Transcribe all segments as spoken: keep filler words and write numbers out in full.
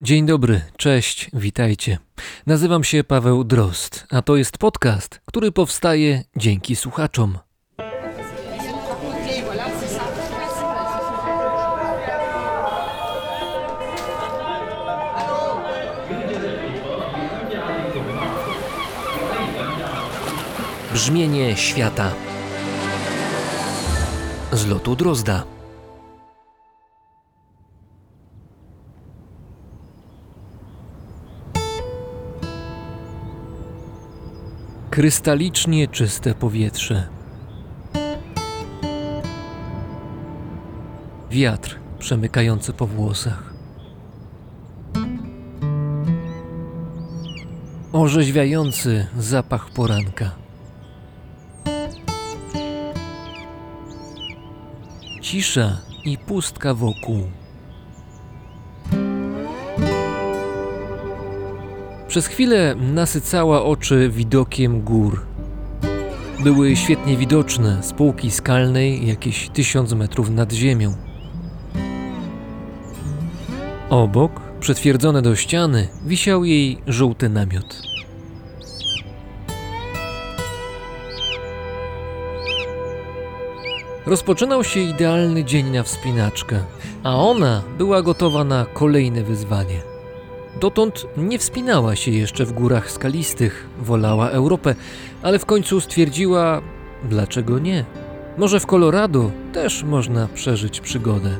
Dzień dobry, cześć, witajcie. Nazywam się Paweł Drozd, a to jest podcast, który powstaje dzięki słuchaczom. Brzmienie świata z lotu Drozda. Krystalicznie czyste powietrze. Wiatr przemykający po włosach. Orzeźwiający zapach poranka. Cisza i pustka wokół. Przez chwilę nasycała oczy widokiem gór. Były świetnie widoczne z półki skalnej jakieś tysiąc metrów nad ziemią. Obok, przytwierdzony do ściany, wisiał jej żółty namiot. Rozpoczynał się idealny dzień na wspinaczkę, a ona była gotowa na kolejne wyzwanie. Dotąd nie wspinała się jeszcze w górach skalistych, wolała Europę, ale w końcu stwierdziła, dlaczego nie? Może w Colorado też można przeżyć przygodę.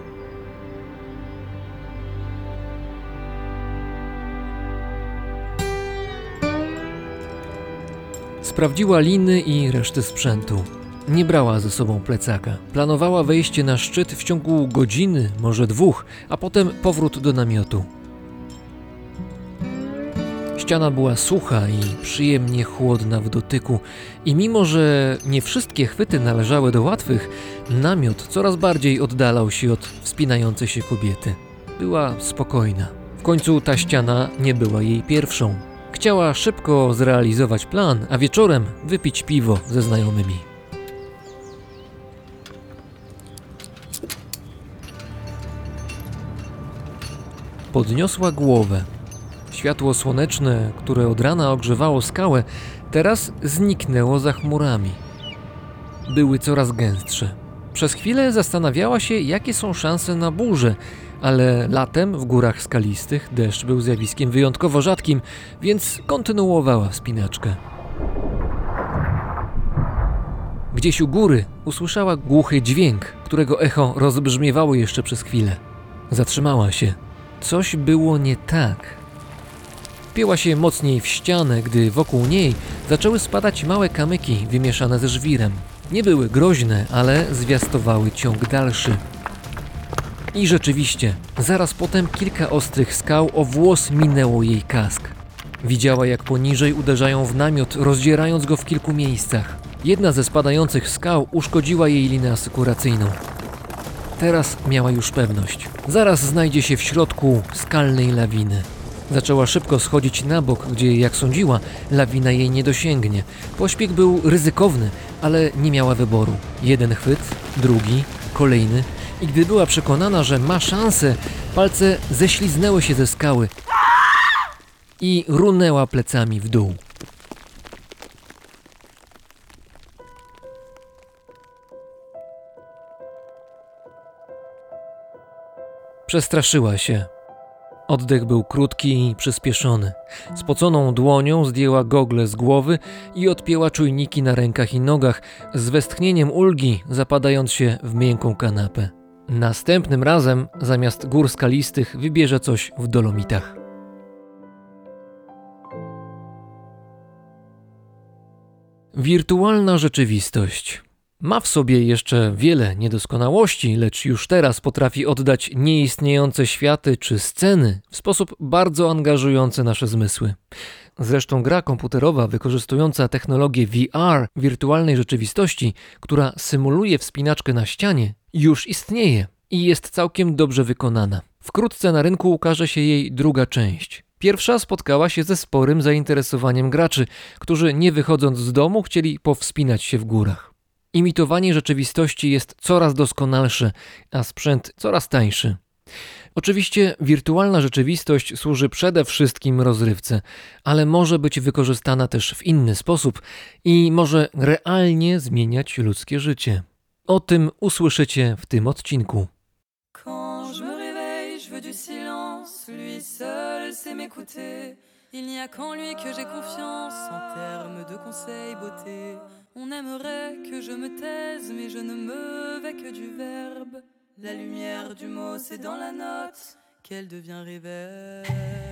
Sprawdziła liny i resztę sprzętu. Nie brała ze sobą plecaka. Planowała wejście na szczyt w ciągu godziny, może dwóch, a potem powrót do namiotu. Ściana była sucha i przyjemnie chłodna w dotyku i mimo, że nie wszystkie chwyty należały do łatwych, namiot coraz bardziej oddalał się od wspinającej się kobiety. Była spokojna. W końcu ta ściana nie była jej pierwszą. Chciała szybko zrealizować plan, a wieczorem wypić piwo ze znajomymi. Podniosła głowę. Światło słoneczne, które od rana ogrzewało skałę, teraz zniknęło za chmurami. Były coraz gęstsze. Przez chwilę zastanawiała się, jakie są szanse na burzę, ale latem w górach skalistych deszcz był zjawiskiem wyjątkowo rzadkim, więc kontynuowała wspinaczkę. Gdzieś u góry usłyszała głuchy dźwięk, którego echo rozbrzmiewało jeszcze przez chwilę. Zatrzymała się. Coś było nie tak. Wpięła się mocniej w ścianę, gdy wokół niej zaczęły spadać małe kamyki wymieszane ze żwirem. Nie były groźne, ale zwiastowały ciąg dalszy. I rzeczywiście, zaraz potem kilka ostrych skał o włos minęło jej kask. Widziała, jak poniżej uderzają w namiot, rozdzierając go w kilku miejscach. Jedna ze spadających skał uszkodziła jej linę asykuracyjną. Teraz miała już pewność. Zaraz znajdzie się w środku skalnej lawiny. Zaczęła szybko schodzić na bok, gdzie, jak sądziła, lawina jej nie dosięgnie. Pośpiech był ryzykowny, ale nie miała wyboru. Jeden chwyt, drugi, kolejny i gdy była przekonana, że ma szansę, palce ześliznęły się ze skały i runęła plecami w dół. Przestraszyła się. Oddech był krótki i przyspieszony. Spoconą dłonią zdjęła gogle z głowy i odpięła czujniki na rękach i nogach, z westchnieniem ulgi zapadając się w miękką kanapę. Następnym razem zamiast gór skalistych wybierze coś w Dolomitach. Wirtualna rzeczywistość. Ma w sobie jeszcze wiele niedoskonałości, lecz już teraz potrafi oddać nieistniejące światy czy sceny w sposób bardzo angażujący nasze zmysły. Zresztą gra komputerowa wykorzystująca technologię V R, wirtualnej rzeczywistości, która symuluje wspinaczkę na ścianie, już istnieje i jest całkiem dobrze wykonana. Wkrótce na rynku ukaże się jej druga część. Pierwsza spotkała się ze sporym zainteresowaniem graczy, którzy nie wychodząc z domu chcieli powspinać się w górach. Imitowanie rzeczywistości jest coraz doskonalsze, a sprzęt coraz tańszy. Oczywiście wirtualna rzeczywistość służy przede wszystkim rozrywce, ale może być wykorzystana też w inny sposób i może realnie zmieniać ludzkie życie. O tym usłyszycie w tym odcinku. Quand je me réveille, je veux du silence, lui seul sait m'écouter. Il n'y a qu'en lui que j'ai confiance, en termes de conseils beauté. On aimerait que je me taise, mais je ne me vais que du verbe. La lumière du mot, c'est dans la note qu'elle devient réverbe.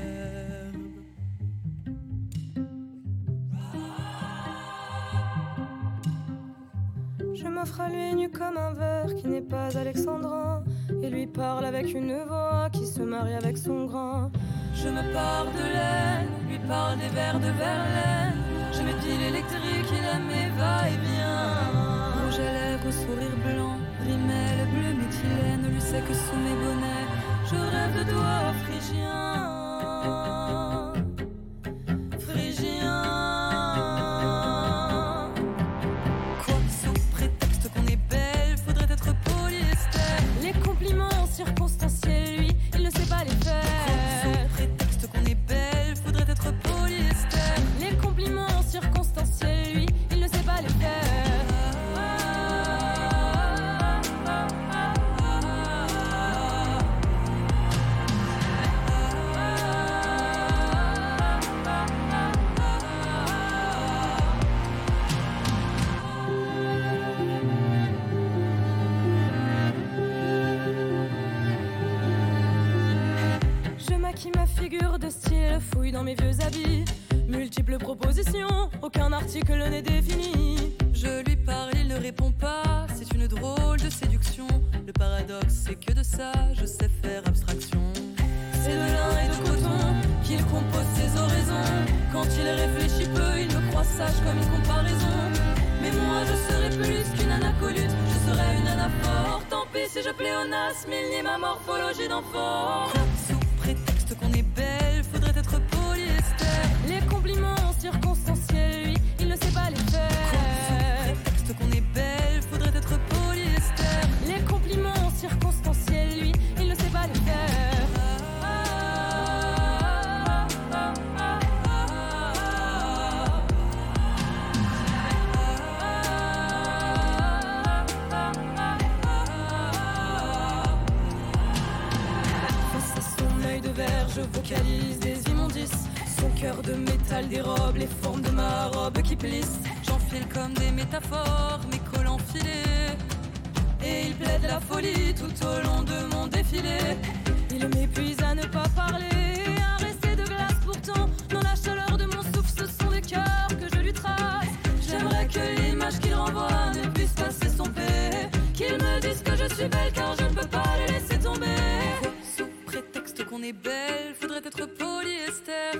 Je m'offre à lui nu comme un verre qui n'est pas alexandrin et lui parle avec une voix qui se marie avec son grain. Je me pars de laine, lui parle des vers de Verlaine. Je mets piles électriques, il a mes va-et-vient. Rouge à lèvres au sourire blanc, rimel bleu méthylène. Lui sait que sous mes bonnets, je rêve de doigts phrygiens. Phrygiens. Quoi, sous prétexte qu'on est belle, faudrait être polyester. Les compliments circonstanciels, lui, il ne sait pas les faire. Quoi, sous prétexte qu'on est belle, faudrait être polyester. Les compliments circonstanciels, lui, il ne sait pas les faire. Qui ma figure de style fouille dans mes vieux habits. Multiples propositions, aucun article n'est défini. Je lui parle, il ne répond pas, c'est une drôle de séduction. Le paradoxe, c'est que de ça, je sais faire abstraction. C'est de lin et de coton qu'il compose ses oraisons. Quand il réfléchit peu, il me croit sage comme une comparaison. Mais moi, je serais plus qu'une anacolute, je serais une anaphore. Tant pis si je pléonasme, il nie ma morphologie d'enfant. Prétexte qu'on est belle, faudrait être polyester. Les compliments circonstanciels, lui, il ne sait pas les faire. Prétexte qu'on est belle, faudrait être polyester. Les compliments circonstanciels, lui, il ne sait pas les faire. Je vocalise des immondices. Son cœur de métal dérobe les formes de ma robe qui plissent. J'enfile comme des métaphores mes collants filés. Et il plaide la folie tout au long de mon défilé. Il m'épuise à ne pas parler, à rester de glace pourtant. Dans la chaleur de mon souffle, ce sont des cœurs que je lui trace. J'aimerais que l'image qu'il renvoie ne puisse pas s'estomper. Qu'il me dise que je suis belle car je ne peux pas le laisser tomber. Prétexte qu'on est belle, faudrait être polyester.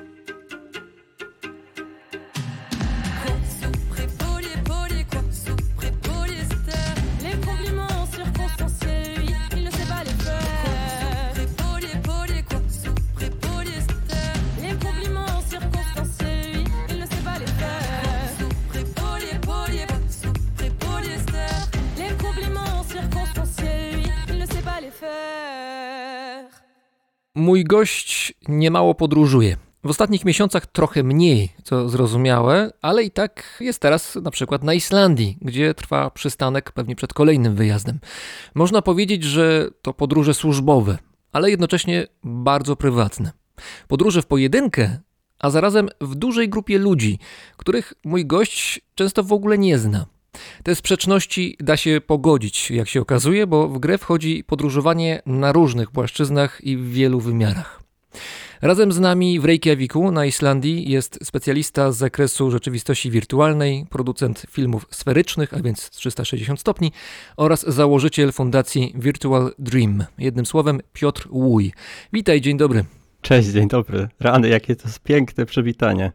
Quoi, sous pré poly poly, quoi, sous pré polyester. Les compliments circonstanciels, lui, il ne sait pas les faire. Quoi, sous pré poly poly, quoi, sous pré polyester. Les compliments circonstanciels, lui, il ne sait pas les faire. Quoi, sous pré poly poly, quoi, sous pré polyester. Les compliments circonstanciels, lui, il ne sait pas les faire. Mój gość niemało podróżuje. W ostatnich miesiącach trochę mniej, co zrozumiałe, ale i tak jest teraz na przykład na Islandii, gdzie trwa przystanek pewnie przed kolejnym wyjazdem. Można powiedzieć, że to podróże służbowe, ale jednocześnie bardzo prywatne. Podróże w pojedynkę, a zarazem w dużej grupie ludzi, których mój gość często w ogóle nie zna. Te sprzeczności da się pogodzić, jak się okazuje, bo w grę wchodzi podróżowanie na różnych płaszczyznach i w wielu wymiarach. Razem z nami w Reykjaviku na Islandii jest specjalista z zakresu rzeczywistości wirtualnej, producent filmów sferycznych, a więc trzysta sześćdziesiąt stopni oraz założyciel fundacji Virtual Dream. Jednym słowem Piotr Łój. Witaj, dzień dobry. Cześć, dzień dobry. Rany, jakie to jest piękne przywitanie.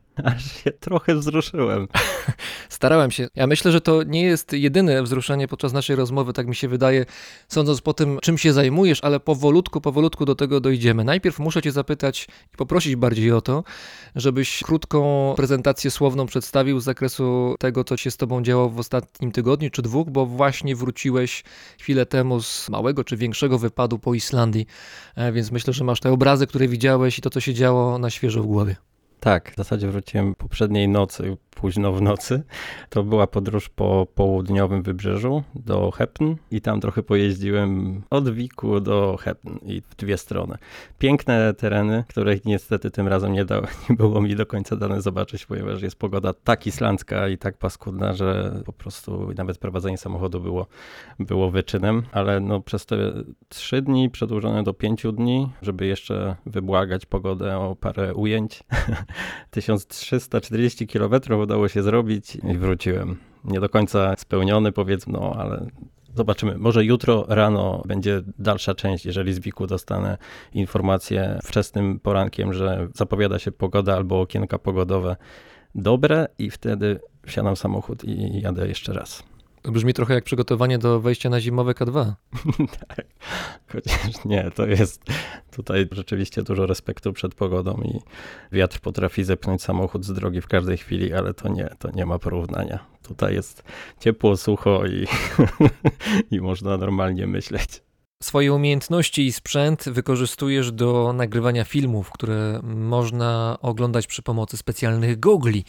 Aż się trochę wzruszyłem. Starałem się. Ja myślę, że to nie jest jedyne wzruszenie podczas naszej rozmowy, tak mi się wydaje, sądząc po tym, czym się zajmujesz, ale powolutku, powolutku do tego dojdziemy. Najpierw muszę cię zapytać i poprosić bardziej o to, żebyś krótką prezentację słowną przedstawił z zakresu tego, co się z tobą działo w ostatnim tygodniu czy dwóch, bo właśnie wróciłeś chwilę temu z małego czy większego wypadu po Islandii, e, więc myślę, że masz te obrazy, które widziałeś i to, co się działo na świeżo w głowie. Tak, w zasadzie wróciłem poprzedniej nocy, późno w nocy. To była podróż po południowym wybrzeżu do Hepn i tam trochę pojeździłem od Wiku do Hepn i w dwie strony. Piękne tereny, których niestety tym razem nie, dało, nie było mi do końca dane zobaczyć, ponieważ jest pogoda tak islandzka i tak paskudna, że po prostu nawet prowadzenie samochodu było, było wyczynem, ale no przez te trzy dni przedłużone do pięciu dni, żeby jeszcze wybłagać pogodę o parę ujęć, tysiąc trzysta czterdzieści kilometrów udało się zrobić i wróciłem. Nie do końca spełniony, powiedzmy, no ale zobaczymy. Może jutro rano będzie dalsza część, jeżeli z Wiku dostanę informację wczesnym porankiem, że zapowiada się pogoda albo okienka pogodowe dobre i wtedy wsiadam w samochód i jadę jeszcze raz. To brzmi trochę jak przygotowanie do wejścia na zimowe K dwa. Tak, chociaż nie, to jest tutaj rzeczywiście dużo respektu przed pogodą i wiatr potrafi zepchnąć samochód z drogi w każdej chwili, ale to nie, to nie ma porównania. Tutaj jest ciepło, sucho i, i można normalnie myśleć. Swoje umiejętności i sprzęt wykorzystujesz do nagrywania filmów, które można oglądać przy pomocy specjalnych gogli.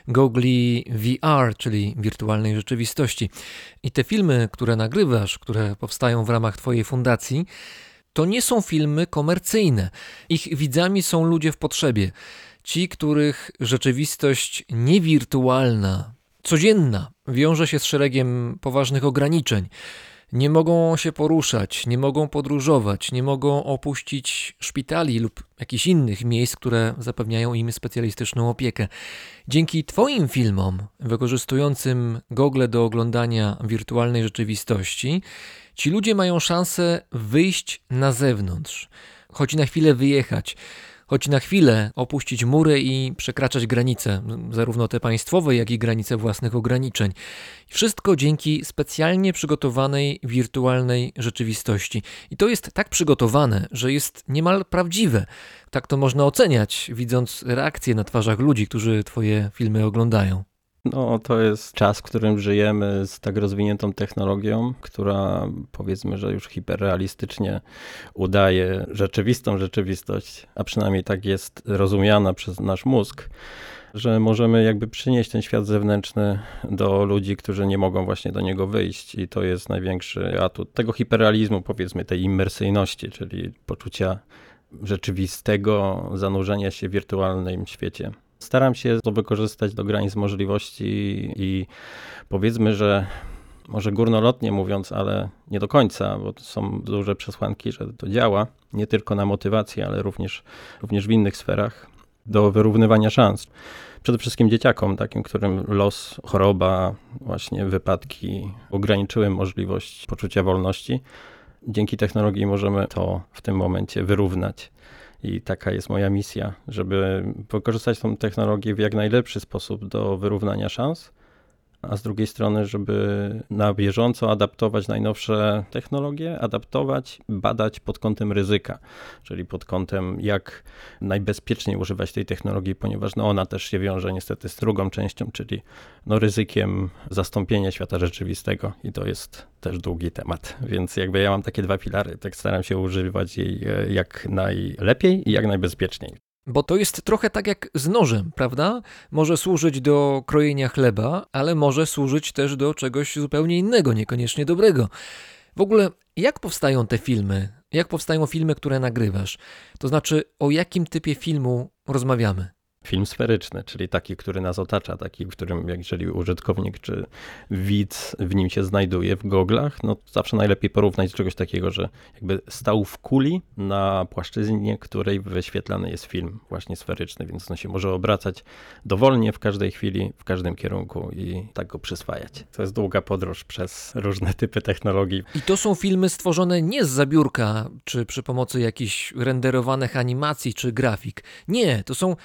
Gogli V R, czyli wirtualnej rzeczywistości. I te filmy, które nagrywasz, które powstają w ramach twojej fundacji, to nie są filmy komercyjne. Ich widzami są ludzie w potrzebie. Ci, których rzeczywistość niewirtualna, codzienna, wiąże się z szeregiem poważnych ograniczeń. Nie mogą się poruszać, nie mogą podróżować, nie mogą opuścić szpitali lub jakichś innych miejsc, które zapewniają im specjalistyczną opiekę. Dzięki twoim filmom, wykorzystującym gogle do oglądania wirtualnej rzeczywistości, ci ludzie mają szansę wyjść na zewnątrz, choć na chwilę wyjechać, choć na chwilę opuścić mury i przekraczać granice, zarówno te państwowe, jak i granice własnych ograniczeń. Wszystko dzięki specjalnie przygotowanej wirtualnej rzeczywistości. I to jest tak przygotowane, że jest niemal prawdziwe. Tak to można oceniać, widząc reakcje na twarzach ludzi, którzy twoje filmy oglądają. No, to jest czas, w którym żyjemy z tak rozwiniętą technologią, która powiedzmy, że już hiperrealistycznie udaje rzeczywistą rzeczywistość, a przynajmniej tak jest rozumiana przez nasz mózg, że możemy jakby przynieść ten świat zewnętrzny do ludzi, którzy nie mogą właśnie do niego wyjść i to jest największy atut tego hiperrealizmu, powiedzmy tej immersyjności, czyli poczucia rzeczywistego zanurzenia się w wirtualnym świecie. Staram się to wykorzystać do granic możliwości i powiedzmy, że może górnolotnie mówiąc, ale nie do końca, bo to są duże przesłanki, że to działa, nie tylko na motywację, ale również, również w innych sferach, do wyrównywania szans. Przede wszystkim dzieciakom, takim, którym los, choroba, właśnie wypadki ograniczyły możliwość poczucia wolności. Dzięki technologii możemy to w tym momencie wyrównać. I taka jest moja misja, żeby wykorzystać tą technologię w jak najlepszy sposób do wyrównania szans, a z drugiej strony, żeby na bieżąco adaptować najnowsze technologie, adaptować, badać pod kątem ryzyka, czyli pod kątem jak najbezpieczniej używać tej technologii, ponieważ no ona też się wiąże niestety z drugą częścią, czyli no ryzykiem zastąpienia świata rzeczywistego i to jest też długi temat, więc jakby ja mam takie dwa filary, tak staram się używać jej jak najlepiej i jak najbezpieczniej. Bo to jest trochę tak jak z nożem, prawda? Może służyć do krojenia chleba, ale może służyć też do czegoś zupełnie innego, niekoniecznie dobrego. W ogóle, jak powstają te filmy? Jak powstają filmy, które nagrywasz? To znaczy, o jakim typie filmu rozmawiamy? Film sferyczny, czyli taki, który nas otacza, taki, w którym jeżeli użytkownik czy widz w nim się znajduje w goglach, no zawsze najlepiej porównać do czegoś takiego, że jakby stał w kuli na płaszczyźnie, której wyświetlany jest film właśnie sferyczny, więc on się może obracać dowolnie w każdej chwili, w każdym kierunku i tak go przyswajać. To jest długa podróż przez różne typy technologii. I to są filmy stworzone nie z zabiórka, czy przy pomocy jakichś renderowanych animacji, czy grafik. Nie, to są realne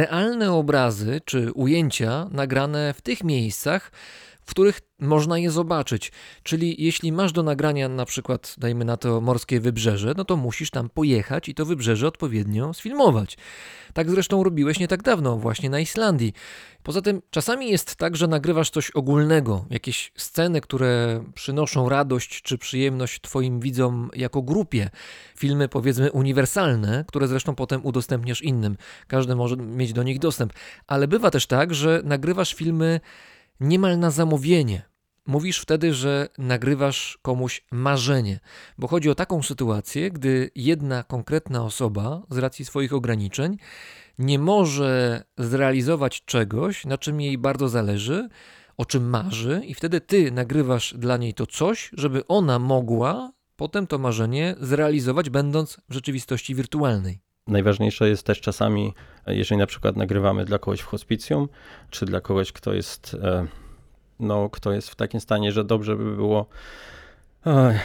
realne obrazy czy ujęcia nagrane w tych miejscach, w których można je zobaczyć. Czyli jeśli masz do nagrania na przykład, dajmy na to, morskie wybrzeże, no to musisz tam pojechać i to wybrzeże odpowiednio sfilmować. Tak zresztą robiłeś nie tak dawno, właśnie na Islandii. Poza tym czasami jest tak, że nagrywasz coś ogólnego, jakieś sceny, które przynoszą radość czy przyjemność twoim widzom jako grupie. Filmy powiedzmy uniwersalne, które zresztą potem udostępniasz innym. Każdy może mieć do nich dostęp. Ale bywa też tak, że nagrywasz filmy niemal na zamówienie. Mówisz wtedy, że nagrywasz komuś marzenie, bo chodzi o taką sytuację, gdy jedna konkretna osoba z racji swoich ograniczeń nie może zrealizować czegoś, na czym jej bardzo zależy, o czym marzy, i wtedy ty nagrywasz dla niej to coś, żeby ona mogła potem to marzenie zrealizować, będąc w rzeczywistości wirtualnej. Najważniejsze jest też czasami, jeżeli na przykład nagrywamy dla kogoś w hospicjum, czy dla kogoś, kto jest, no, kto jest w takim stanie, że dobrze by było e,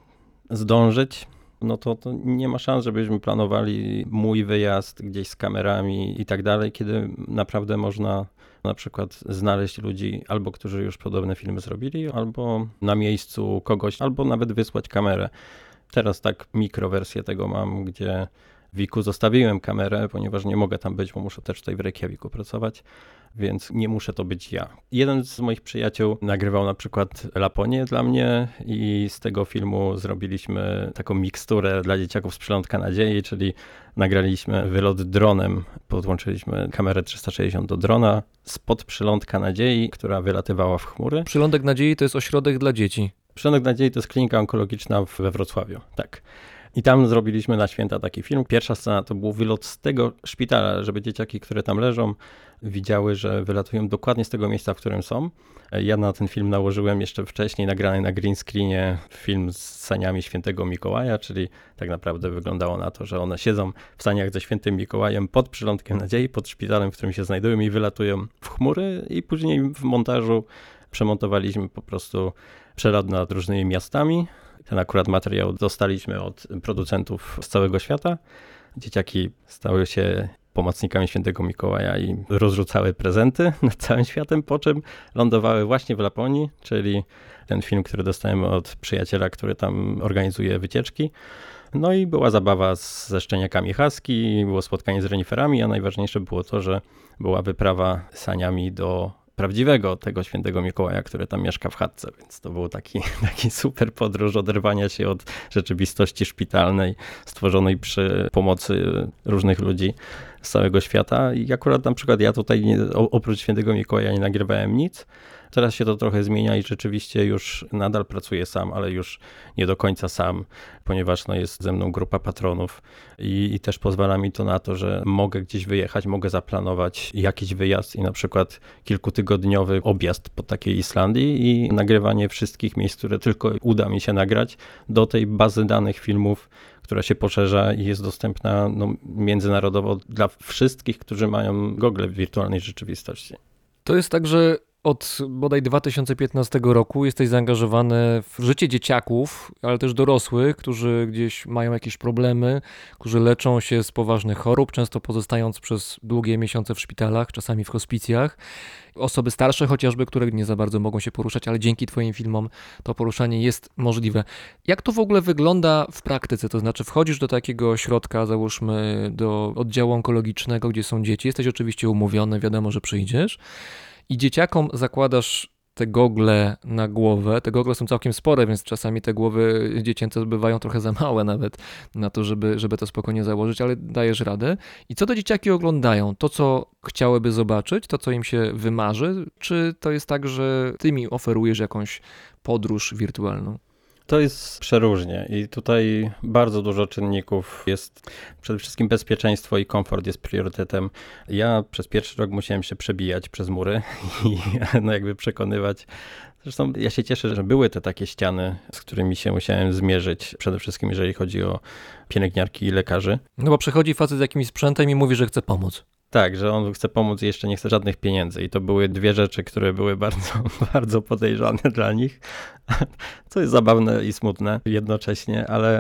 zdążyć, no to, to nie ma szans, żebyśmy planowali mój wyjazd gdzieś z kamerami i tak dalej, kiedy naprawdę można na przykład znaleźć ludzi, albo którzy już podobne filmy zrobili, albo na miejscu kogoś, albo nawet wysłać kamerę. Teraz tak mikrowersję tego mam, gdzie w Wiku zostawiłem kamerę, ponieważ nie mogę tam być, bo muszę też tutaj w Reykjaviku pracować, więc nie muszę to być ja. Jeden z moich przyjaciół nagrywał na przykład Laponię dla mnie i z tego filmu zrobiliśmy taką miksturę dla dzieciaków z Przylądka Nadziei, czyli nagraliśmy wylot dronem, podłączyliśmy kamerę trzysta sześćdziesiąt do drona spod Przylądka Nadziei, która wylatywała w chmury. Przylądek Nadziei to jest ośrodek dla dzieci. Przylądek Nadziei to jest klinika onkologiczna we Wrocławiu, tak. I tam zrobiliśmy na święta taki film. Pierwsza scena to był wylot z tego szpitala, żeby dzieciaki, które tam leżą, widziały, że wylatują dokładnie z tego miejsca, w którym są. Ja na ten film nałożyłem jeszcze wcześniej nagrany na green screenie film z saniami Świętego Mikołaja, czyli tak naprawdę wyglądało na to, że one siedzą w saniach ze Świętym Mikołajem pod Przylądkiem Nadziei, pod szpitalem, w którym się znajdują, i wylatują w chmury, i później w montażu przemontowaliśmy po prostu przelot nad różnymi miastami. Ten akurat materiał dostaliśmy od producentów z całego świata. Dzieciaki stały się pomocnikami Świętego Mikołaja i rozrzucały prezenty nad całym światem, po czym lądowały właśnie w Laponii, czyli ten film, który dostałem od przyjaciela, który tam organizuje wycieczki. No i była zabawa ze szczeniakami husky, było spotkanie z reniferami, a najważniejsze było to, że była wyprawa saniami do prawdziwego tego Świętego Mikołaja, który tam mieszka w chatce, więc to był taki, taki super podróż oderwania się od rzeczywistości szpitalnej, stworzonej przy pomocy różnych ludzi z całego świata. I akurat na przykład ja tutaj nie, oprócz Świętego Mikołaja nie nagrywałem nic. Teraz się to trochę zmienia i rzeczywiście już nadal pracuję sam, ale już nie do końca sam, ponieważ no, jest ze mną grupa patronów i, i też pozwala mi to na to, że mogę gdzieś wyjechać, mogę zaplanować jakiś wyjazd i na przykład kilkutygodniowy objazd po takiej Islandii i nagrywanie wszystkich miejsc, które tylko uda mi się nagrać, do tej bazy danych filmów, która się poszerza i jest dostępna no, międzynarodowo dla wszystkich, którzy mają gogle w wirtualnej rzeczywistości. To jest tak, że od bodaj dwa tysiące piętnastego roku jesteś zaangażowany w życie dzieciaków, ale też dorosłych, którzy gdzieś mają jakieś problemy, którzy leczą się z poważnych chorób, często pozostając przez długie miesiące w szpitalach, czasami w hospicjach. Osoby starsze chociażby, które nie za bardzo mogą się poruszać, ale dzięki twoim filmom to poruszanie jest możliwe. Jak to w ogóle wygląda w praktyce? To znaczy wchodzisz do takiego ośrodka, załóżmy do oddziału onkologicznego, gdzie są dzieci, jesteś oczywiście umówiony, wiadomo, że przyjdziesz, i dzieciakom zakładasz te gogle na głowę. Te gogle są całkiem spore, więc czasami te głowy dziecięce bywają trochę za małe nawet na to, żeby, żeby to spokojnie założyć, ale dajesz radę. I co te dzieciaki oglądają? To, co chciałyby zobaczyć, to, co im się wymarzy? Czy to jest tak, że ty mi oferujesz jakąś podróż wirtualną? To jest przeróżnie i tutaj bardzo dużo czynników jest. Przede wszystkim bezpieczeństwo i komfort jest priorytetem. Ja przez pierwszy rok musiałem się przebijać przez mury i no jakby przekonywać. Zresztą ja się cieszę, że były te takie ściany, z którymi się musiałem zmierzyć, przede wszystkim jeżeli chodzi o pielęgniarki i lekarzy. No bo przychodzi facet z jakimś sprzętem i mówi, że chce pomóc. Tak, że on chce pomóc i jeszcze nie chce żadnych pieniędzy. I to były dwie rzeczy, które były bardzo, bardzo podejrzane dla nich, co jest zabawne i smutne jednocześnie, ale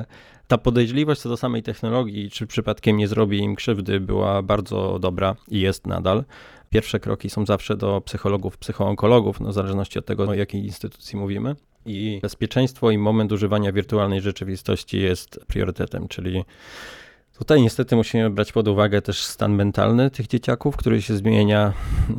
Ta podejrzliwość co do samej technologii, czy przypadkiem nie zrobi im krzywdy, była bardzo dobra i jest nadal. Pierwsze kroki są zawsze do psychologów, psychoonkologów, no w zależności od tego, o jakiej instytucji mówimy. I bezpieczeństwo i moment używania wirtualnej rzeczywistości jest priorytetem, czyli tutaj niestety musimy brać pod uwagę też stan mentalny tych dzieciaków, który się zmienia,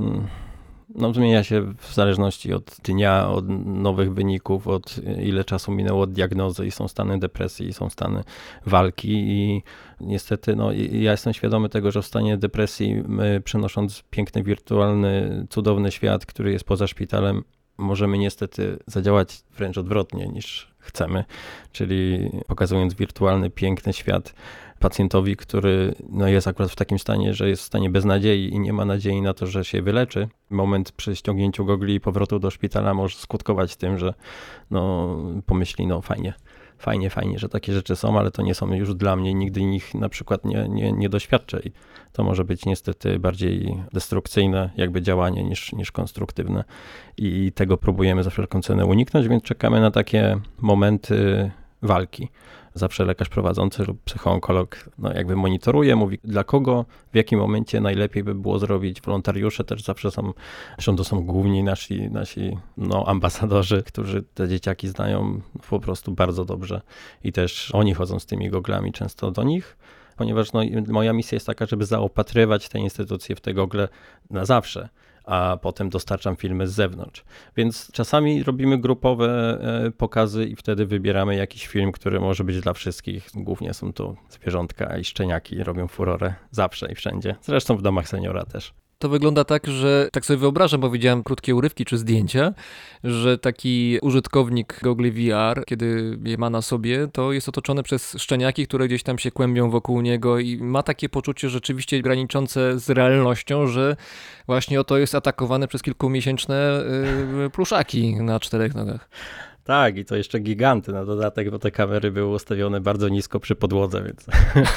no zmienia się w zależności od dnia, od nowych wyników, od ile czasu minęło od diagnozy i są stany depresji, są stany walki i niestety no, ja jestem świadomy tego, że w stanie depresji my przenosząc piękny, wirtualny, cudowny świat, który jest poza szpitalem, możemy niestety zadziałać wręcz odwrotnie niż chcemy, czyli pokazując wirtualny, piękny świat pacjentowi, który no, jest akurat w takim stanie, że jest w stanie bez nadziei i nie ma nadziei na to, że się wyleczy. Moment przy ściągnięciu gogli i powrotu do szpitala może skutkować tym, że no, pomyśli, no fajnie, fajnie, fajnie, że takie rzeczy są, ale to nie są już dla mnie, nigdy ich na przykład nie, nie, nie doświadczę i to może być niestety bardziej destrukcyjne jakby działanie niż, niż konstruktywne i tego próbujemy za wszelką cenę uniknąć, więc czekamy na takie momenty walki. Zawsze lekarz prowadzący lub psychoonkolog no jakby monitoruje, mówi dla kogo, w jakim momencie najlepiej by było zrobić. Wolontariusze też zawsze są, zresztą to są główni nasi, nasi no, ambasadorzy, którzy te dzieciaki znają po prostu bardzo dobrze i też oni chodzą z tymi goglami często do nich, ponieważ no, moja misja jest taka, żeby zaopatrywać te instytucje w te gogle na zawsze, a potem dostarczam filmy z zewnątrz. Więc czasami robimy grupowe pokazy i wtedy wybieramy jakiś film, który może być dla wszystkich. Głównie są to zwierzątka i szczeniaki, robią furorę zawsze i wszędzie. Zresztą w domach seniora też. To wygląda tak, że tak sobie wyobrażam, bo widziałem krótkie urywki czy zdjęcia, że taki użytkownik gogli V R, kiedy je ma na sobie, to jest otoczony przez szczeniaki, które gdzieś tam się kłębią wokół niego i ma takie poczucie rzeczywiście graniczące z realnością, że właśnie oto jest atakowany przez kilkumiesięczne yy, pluszaki na czterech nogach. Tak, i to jeszcze giganty na dodatek, bo te kamery były ustawione bardzo nisko przy podłodze, więc,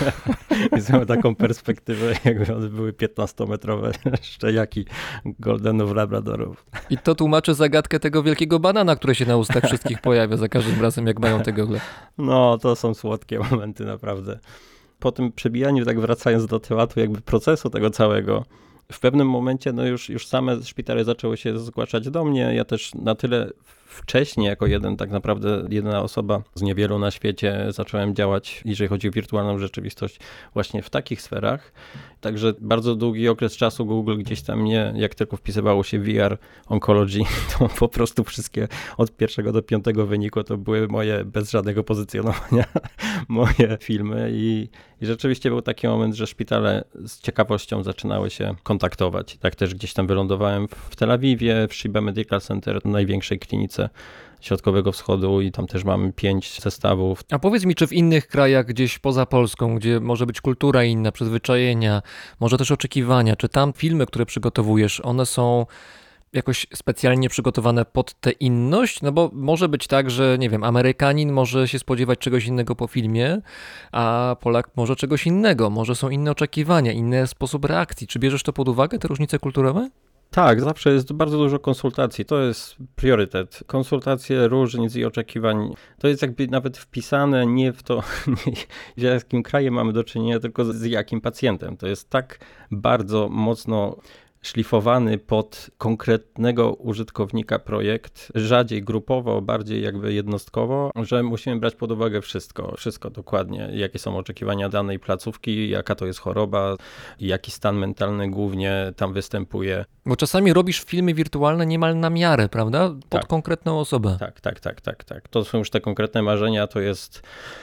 więc mamy taką perspektywę, jakby one były piętnastometrowe szczeniaki goldenów labradorów. I to tłumaczy zagadkę tego wielkiego banana, które się na ustach wszystkich pojawia za każdym razem, jak mają te gogle. No, to są słodkie momenty, naprawdę. Po tym przebijaniu, tak wracając do tematu jakby procesu tego całego, w pewnym momencie no już, już same szpitale zaczęły się zgłaszać do mnie. Ja też na tyle wcześnie, jako jeden tak naprawdę jedyna osoba z niewielu na świecie zacząłem działać, jeżeli chodzi o wirtualną rzeczywistość, właśnie w takich sferach. Także bardzo długi okres czasu Google gdzieś tam mnie, jak tylko wpisywało się V R Oncology, to po prostu wszystkie od pierwszego do piątego wyniku to były moje, bez żadnego pozycjonowania, moje filmy i, i rzeczywiście był taki moment, że szpitale z ciekawością zaczynały się kontaktować. Tak też gdzieś tam wylądowałem w Tel Awiwie, w Sheba Medical Center, największej klinice Środkowego Wschodu i tam też mamy pięć zestawów. A powiedz mi, czy w innych krajach gdzieś poza Polską, gdzie może być kultura inna, przyzwyczajenia, może też oczekiwania, czy tam filmy, które przygotowujesz, one są jakoś specjalnie przygotowane pod tę inność? No bo może być tak, że nie wiem, Amerykanin może się spodziewać czegoś innego po filmie, a Polak może czegoś innego, może są inne oczekiwania, inny sposób reakcji. Czy bierzesz to pod uwagę, te różnice kulturowe? Tak, zawsze jest bardzo dużo konsultacji, to jest priorytet. Konsultacje różnic i oczekiwań, to jest jakby nawet wpisane nie w to, z jakim krajem mamy do czynienia, tylko z jakim pacjentem. To jest tak bardzo mocno szlifowany pod konkretnego użytkownika projekt, rzadziej grupowo, bardziej jakby jednostkowo, że musimy brać pod uwagę wszystko, wszystko dokładnie, jakie są oczekiwania danej placówki, jaka to jest choroba, jaki stan mentalny głównie tam występuje. Bo czasami robisz filmy wirtualne niemal na miarę, prawda? Pod Tak. konkretną osobę. Tak, tak, tak, tak, tak. To są już te konkretne marzenia, to jest...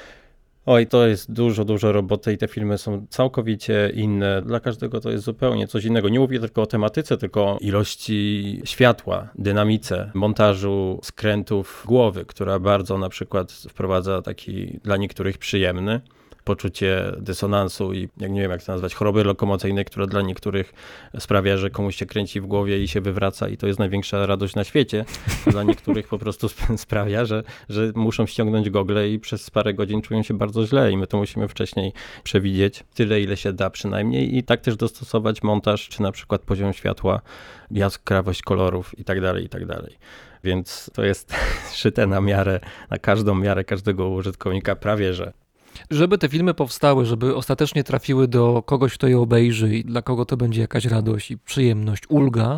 Oj, to jest dużo, dużo roboty i te filmy są całkowicie inne. Dla każdego to jest zupełnie coś innego. Nie mówię tylko o tematyce, tylko o ilości światła, dynamice, montażu skrętów głowy, która bardzo na przykład wprowadza taki dla niektórych przyjemny poczucie dysonansu i jak nie wiem jak to nazwać, choroby lokomocyjnej, która dla niektórych sprawia, że komuś się kręci w głowie i się wywraca i to jest największa radość na świecie. Dla niektórych po prostu sprawia, że, że muszą ściągnąć gogle i przez parę godzin czują się bardzo źle i my to musimy wcześniej przewidzieć, tyle ile się da przynajmniej i tak też dostosować montaż, czy na przykład poziom światła, jaskrawość kolorów i tak dalej, i tak dalej. Więc to jest szyte na miarę, na każdą miarę każdego użytkownika prawie, że. Żeby te filmy powstały, żeby ostatecznie trafiły do kogoś, kto je obejrzy i dla kogo to będzie jakaś radość i przyjemność, ulga,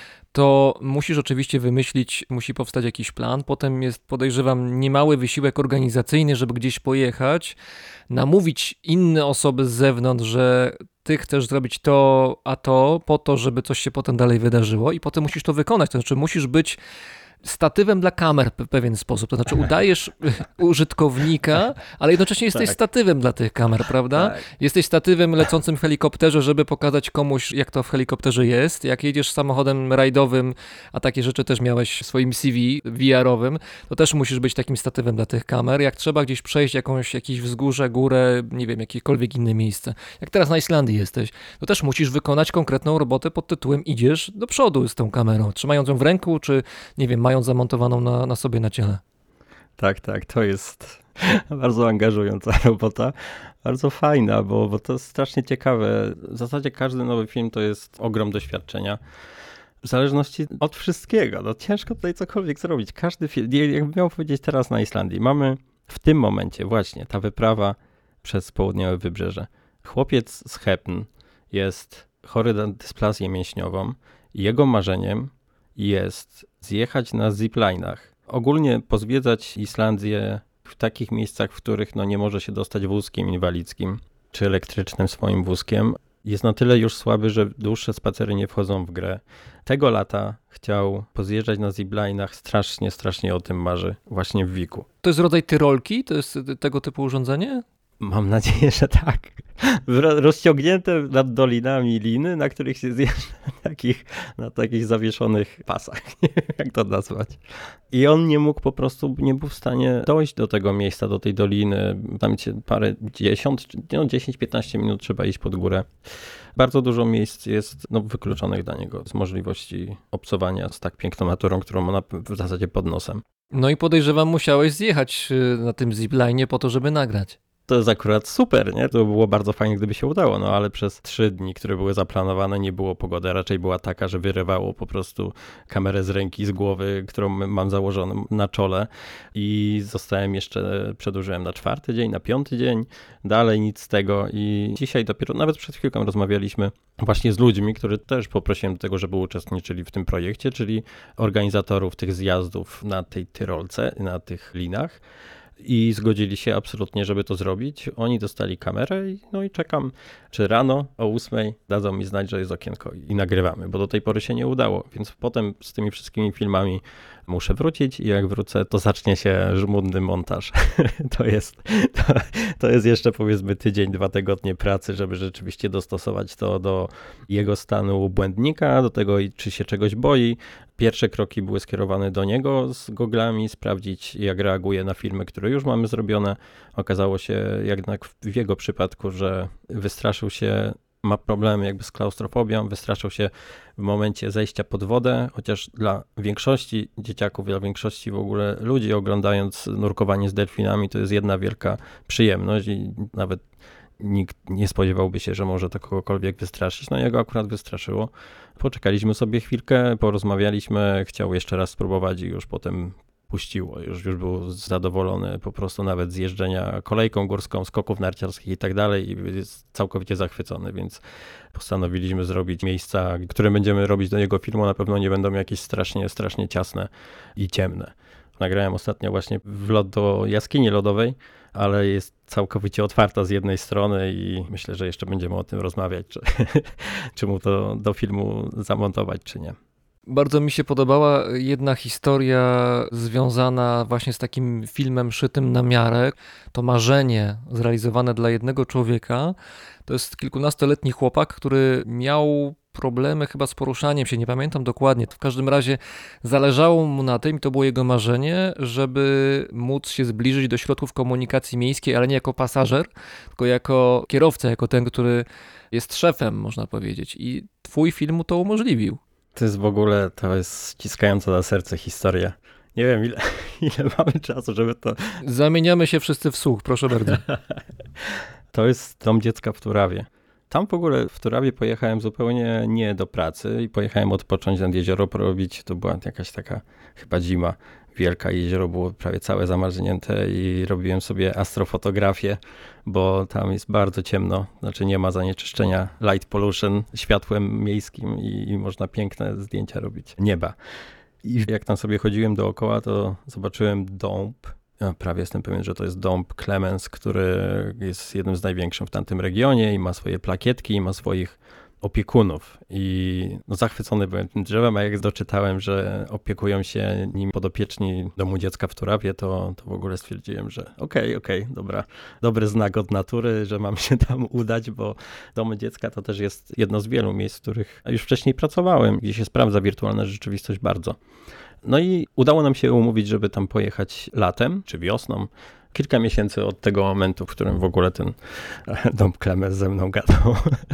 to musisz oczywiście wymyślić, musi powstać jakiś plan. Potem jest, podejrzewam, niemały wysiłek organizacyjny, żeby gdzieś pojechać, namówić inne osoby z zewnątrz, że ty chcesz zrobić to, a to, po to, żeby coś się potem dalej wydarzyło i potem musisz to wykonać. To znaczy musisz być statywem dla kamer w pewien sposób. To znaczy udajesz użytkownika, ale jednocześnie jesteś Tak. statywem dla tych kamer, prawda? Tak. Jesteś statywem lecącym w helikopterze, żeby pokazać komuś, jak to w helikopterze jest. Jak jedziesz samochodem rajdowym, a takie rzeczy też miałeś w swoim C V V R-owym, to też musisz być takim statywem dla tych kamer. Jak trzeba gdzieś przejść jakąś, jakieś wzgórze, górę, nie wiem, jakiekolwiek inne miejsce. Jak teraz na Islandii jesteś, to też musisz wykonać konkretną robotę pod tytułem idziesz do przodu z tą kamerą, trzymając ją w ręku, czy nie wiem, mając zamontowaną na, na sobie na ciele. Tak, tak, to jest bardzo angażująca robota, bardzo fajna, bo, bo to jest strasznie ciekawe. W zasadzie każdy nowy film to jest ogrom doświadczenia. W zależności od wszystkiego, no ciężko tutaj cokolwiek zrobić. Każdy film, jakbym miał powiedzieć teraz na Islandii, mamy w tym momencie właśnie ta wyprawa przez południowe wybrzeże. Chłopiec z Hepn jest chory na dysplazję mięśniową i jego marzeniem jest zjechać na ziplinach. Ogólnie pozwiedzać Islandię w takich miejscach, w których no nie może się dostać wózkiem inwalidzkim czy elektrycznym swoim wózkiem. Jest na tyle już słaby, że dłuższe spacery nie wchodzą w grę. Tego lata chciał pozjeżdżać na ziplinach. Strasznie, strasznie o tym marzy. Właśnie w Wiku. To jest rodzaj tyrolki? To jest tego typu urządzenie? Mam nadzieję, że tak. Rozciągnięte nad dolinami liny, na których się zjeżdża na takich, na takich zawieszonych pasach. Nie wiem, jak to nazwać. I on nie mógł po prostu, nie był w stanie dojść do tego miejsca, do tej doliny. Tam cię parę, dziesiąt, no dziesięć piętnaście minut trzeba iść pod górę. Bardzo dużo miejsc jest no, wykluczonych dla niego z możliwości obcowania z tak piękną naturą, którą ma w zasadzie pod nosem. No i podejrzewam, musiałeś zjechać na tym ziplinie po to, żeby nagrać. To jest akurat super, nie? To było bardzo fajnie, gdyby się udało, no ale przez trzy dni, które były zaplanowane, nie było pogody. Raczej była taka, że wyrywało po prostu kamerę z ręki, z głowy, którą mam założoną na czole i zostałem jeszcze, przedłużyłem na czwarty dzień, na piąty dzień, dalej nic z tego i dzisiaj dopiero, nawet przed chwilką rozmawialiśmy właśnie z ludźmi, których też poprosiłem do tego, żeby uczestniczyli w tym projekcie, czyli organizatorów tych zjazdów na tej Tyrolce, na tych linach. I zgodzili się absolutnie, żeby to zrobić. Oni dostali kamerę i, no i czekam, czy rano o ósmej dadzą mi znać, że jest okienko i nagrywamy, bo do tej pory się nie udało, więc potem z tymi wszystkimi filmami muszę wrócić i jak wrócę, to zacznie się żmudny montaż. to jest, to, to jest jeszcze powiedzmy tydzień, dwa tygodnie pracy, żeby rzeczywiście dostosować to do jego stanu błędnika, do tego, czy się czegoś boi. Pierwsze kroki były skierowane do niego z goglami, sprawdzić jak reaguje na filmy, które już mamy zrobione. Okazało się jednak w jego przypadku, że wystraszył się, ma problemy jakby z klaustrofobią, wystraszył się w momencie zejścia pod wodę, chociaż dla większości dzieciaków, dla większości w ogóle ludzi oglądając nurkowanie z delfinami to jest jedna wielka przyjemność i nawet nikt nie spodziewałby się, że może to kogokolwiek wystraszyć. No jego akurat wystraszyło. Poczekaliśmy sobie chwilkę, porozmawialiśmy, chciał jeszcze raz spróbować i już potem puściło. Już, już był zadowolony po prostu nawet z jeżdżenia kolejką górską, skoków narciarskich i tak dalej i jest całkowicie zachwycony, więc postanowiliśmy zrobić miejsca, które będziemy robić do jego filmu, na pewno nie będą jakieś strasznie, strasznie ciasne i ciemne. Nagrałem ostatnio właśnie wlot do jaskini lodowej, ale jest całkowicie otwarta z jednej strony i myślę, że jeszcze będziemy o tym rozmawiać, czy, czy mu to do filmu zamontować, czy nie. Bardzo mi się podobała jedna historia związana właśnie z takim filmem szytym na miarę. To marzenie zrealizowane dla jednego człowieka. To jest kilkunastoletni chłopak, który miał problemy chyba z poruszaniem się, nie pamiętam dokładnie. W każdym razie zależało mu na tym, to było jego marzenie, żeby móc się zbliżyć do środków komunikacji miejskiej, ale nie jako pasażer, tylko jako kierowca, jako ten, który jest szefem, można powiedzieć. I twój film mu to umożliwił. To jest w ogóle, to jest ściskająca na serce historia. Nie wiem, ile, ile mamy czasu, żeby to... Zamieniamy się wszyscy w słuch, proszę bardzo. To jest Dom dziecka w Turawie. Tam w ogóle w Turawie pojechałem zupełnie nie do pracy i pojechałem odpocząć nad jezioro, porobić. To była jakaś taka chyba zima wielka. Jezioro było prawie całe zamarznięte i robiłem sobie astrofotografię, bo tam jest bardzo ciemno. Znaczy nie ma zanieczyszczenia light pollution światłem miejskim i, i można piękne zdjęcia robić nieba. I jak tam sobie chodziłem dookoła, to zobaczyłem dąb. Ja prawie jestem pewien, że to jest dąb Clemens, który jest jednym z największych w tamtym regionie i ma swoje plakietki i ma swoich opiekunów. I no, zachwycony byłem tym drzewem, a jak doczytałem, że opiekują się nim podopieczni Domu Dziecka w Turawie, to, to w ogóle stwierdziłem, że okej, okay, okej, okay, dobra, dobry znak od natury, że mam się tam udać, bo Dom Dziecka to też jest jedno z wielu miejsc, w których już wcześniej pracowałem, gdzie się sprawdza wirtualna rzeczywistość bardzo. No i udało nam się umówić, żeby tam pojechać latem czy wiosną. Kilka miesięcy od tego momentu, w którym w ogóle ten Dom Clemens ze mną gadał.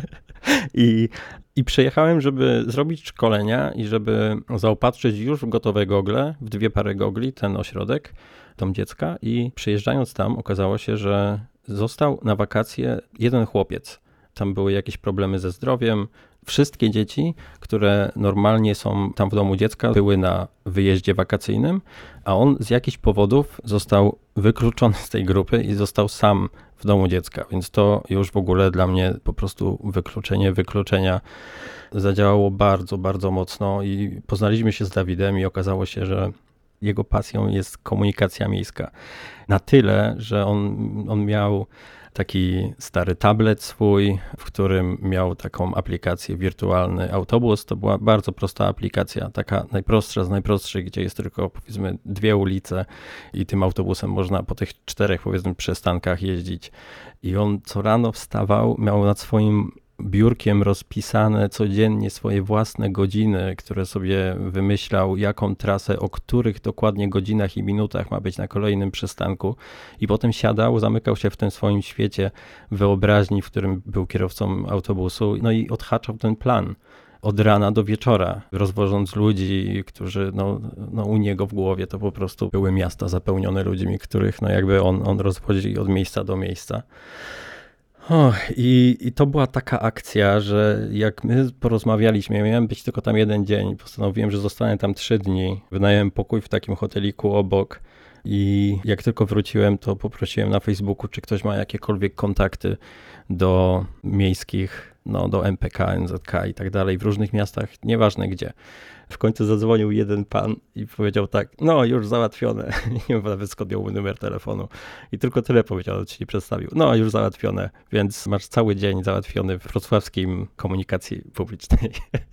I, I przyjechałem, żeby zrobić szkolenia i żeby zaopatrzyć już w gotowe gogle, w dwie pary gogli, ten ośrodek, Dom Dziecka. I przyjeżdżając tam okazało się, że został na wakacje jeden chłopiec. Tam były jakieś problemy ze zdrowiem. Wszystkie dzieci, które normalnie są tam w Domu Dziecka, były na wyjeździe wakacyjnym, a on z jakichś powodów został wykluczony z tej grupy i został sam w Domu Dziecka. Więc to już w ogóle dla mnie po prostu wykluczenie wykluczenia zadziałało bardzo, bardzo mocno i poznaliśmy się z Dawidem i okazało się, że jego pasją jest komunikacja miejska. Na tyle, że on, on miał taki stary tablet swój, w którym miał taką aplikację wirtualny autobus. To była bardzo prosta aplikacja, taka najprostsza z najprostszych, gdzie jest tylko powiedzmy dwie ulice i tym autobusem można po tych czterech powiedzmy przystankach jeździć. I on co rano wstawał, miał nad swoim biurkiem rozpisane codziennie swoje własne godziny, które sobie wymyślał, jaką trasę, o których dokładnie godzinach i minutach ma być na kolejnym przystanku i potem siadał, zamykał się w tym swoim świecie wyobraźni, w którym był kierowcą autobusu, no i odhaczał ten plan od rana do wieczora, rozwożąc ludzi, którzy no, no u niego w głowie to po prostu były miasta zapełnione ludźmi, których no jakby on, on rozwozi od miejsca do miejsca. O, i, I to była taka akcja, że jak my porozmawialiśmy, ja miałem być tylko tam jeden dzień, postanowiłem, że zostanę tam trzy dni. Wynająłem pokój w takim hoteliku obok i jak tylko wróciłem, to poprosiłem na Facebooku, czy ktoś ma jakiekolwiek kontakty do miejskich, no do M P K, N Z K i tak dalej w różnych miastach, nieważne gdzie. W końcu zadzwonił jeden pan i powiedział tak, no już załatwione. Nie wiem nawet skąd miał mój numer telefonu. I tylko tyle powiedział, ci przedstawił. No już załatwione, więc masz cały dzień załatwiony w wrocławskim komunikacji publicznej,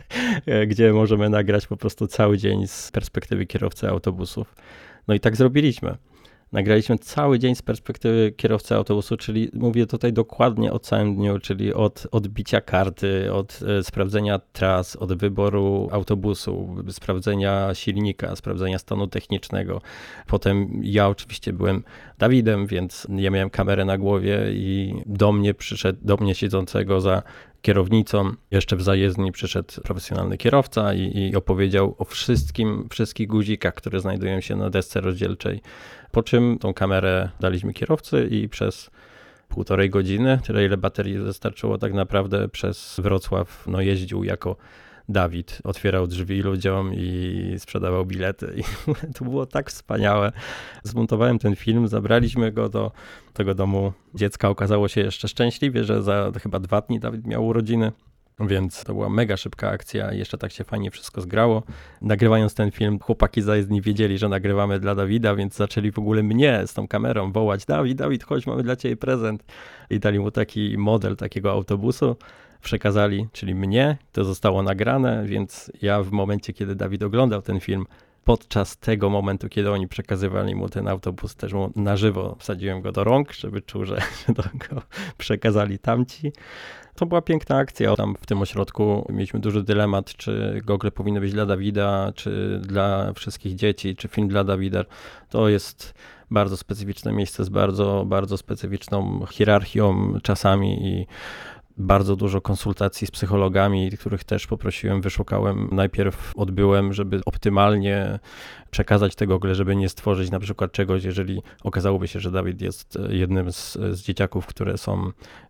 gdzie możemy nagrać po prostu cały dzień z perspektywy kierowcy autobusów. No i tak zrobiliśmy. Nagraliśmy cały dzień z perspektywy kierowcy autobusu, czyli mówię tutaj dokładnie o całym dniu, czyli od odbicia karty, od e, sprawdzenia tras, od wyboru autobusu, sprawdzenia silnika, sprawdzenia stanu technicznego. Potem ja oczywiście byłem Dawidem, więc ja miałem kamerę na głowie i do mnie przyszedł, do mnie siedzącego za kierownicą, jeszcze w zajezdni przyszedł profesjonalny kierowca i, i opowiedział o wszystkim, wszystkich guzikach, które znajdują się na desce rozdzielczej. Po czym tą kamerę daliśmy kierowcy i przez półtorej godziny, tyle ile baterii wystarczyło tak naprawdę przez Wrocław, no jeździł jako Dawid, otwierał drzwi ludziom i sprzedawał bilety. I to było tak wspaniałe. Zmontowałem ten film, zabraliśmy go do tego Domu Dziecka. Okazało się jeszcze szczęśliwie, że za chyba dwa dni Dawid miał urodziny. Więc to była mega szybka akcja i jeszcze tak się fajnie wszystko zgrało. Nagrywając ten film, chłopaki z zajezdni wiedzieli, że nagrywamy dla Dawida, więc zaczęli w ogóle mnie z tą kamerą wołać: Dawid, Dawid, chodź, mamy dla ciebie prezent. I dali mu taki model takiego autobusu. Przekazali, czyli mnie, to zostało nagrane, więc ja w momencie, kiedy Dawid oglądał ten film, podczas tego momentu, kiedy oni przekazywali mu ten autobus, też mu na żywo wsadziłem go do rąk, żeby czuł, że to go przekazali tamci. To była piękna akcja. Tam w tym ośrodku mieliśmy duży dylemat, czy gogle powinny być dla Dawida, czy dla wszystkich dzieci, czy film dla Dawida. To jest bardzo specyficzne miejsce z bardzo, bardzo specyficzną hierarchią czasami i bardzo dużo konsultacji z psychologami, których też poprosiłem, wyszukałem. Najpierw odbyłem, żeby optymalnie przekazać te gogle, żeby nie stworzyć na przykład czegoś, jeżeli okazałoby się, że Dawid jest jednym z, z dzieciaków, które są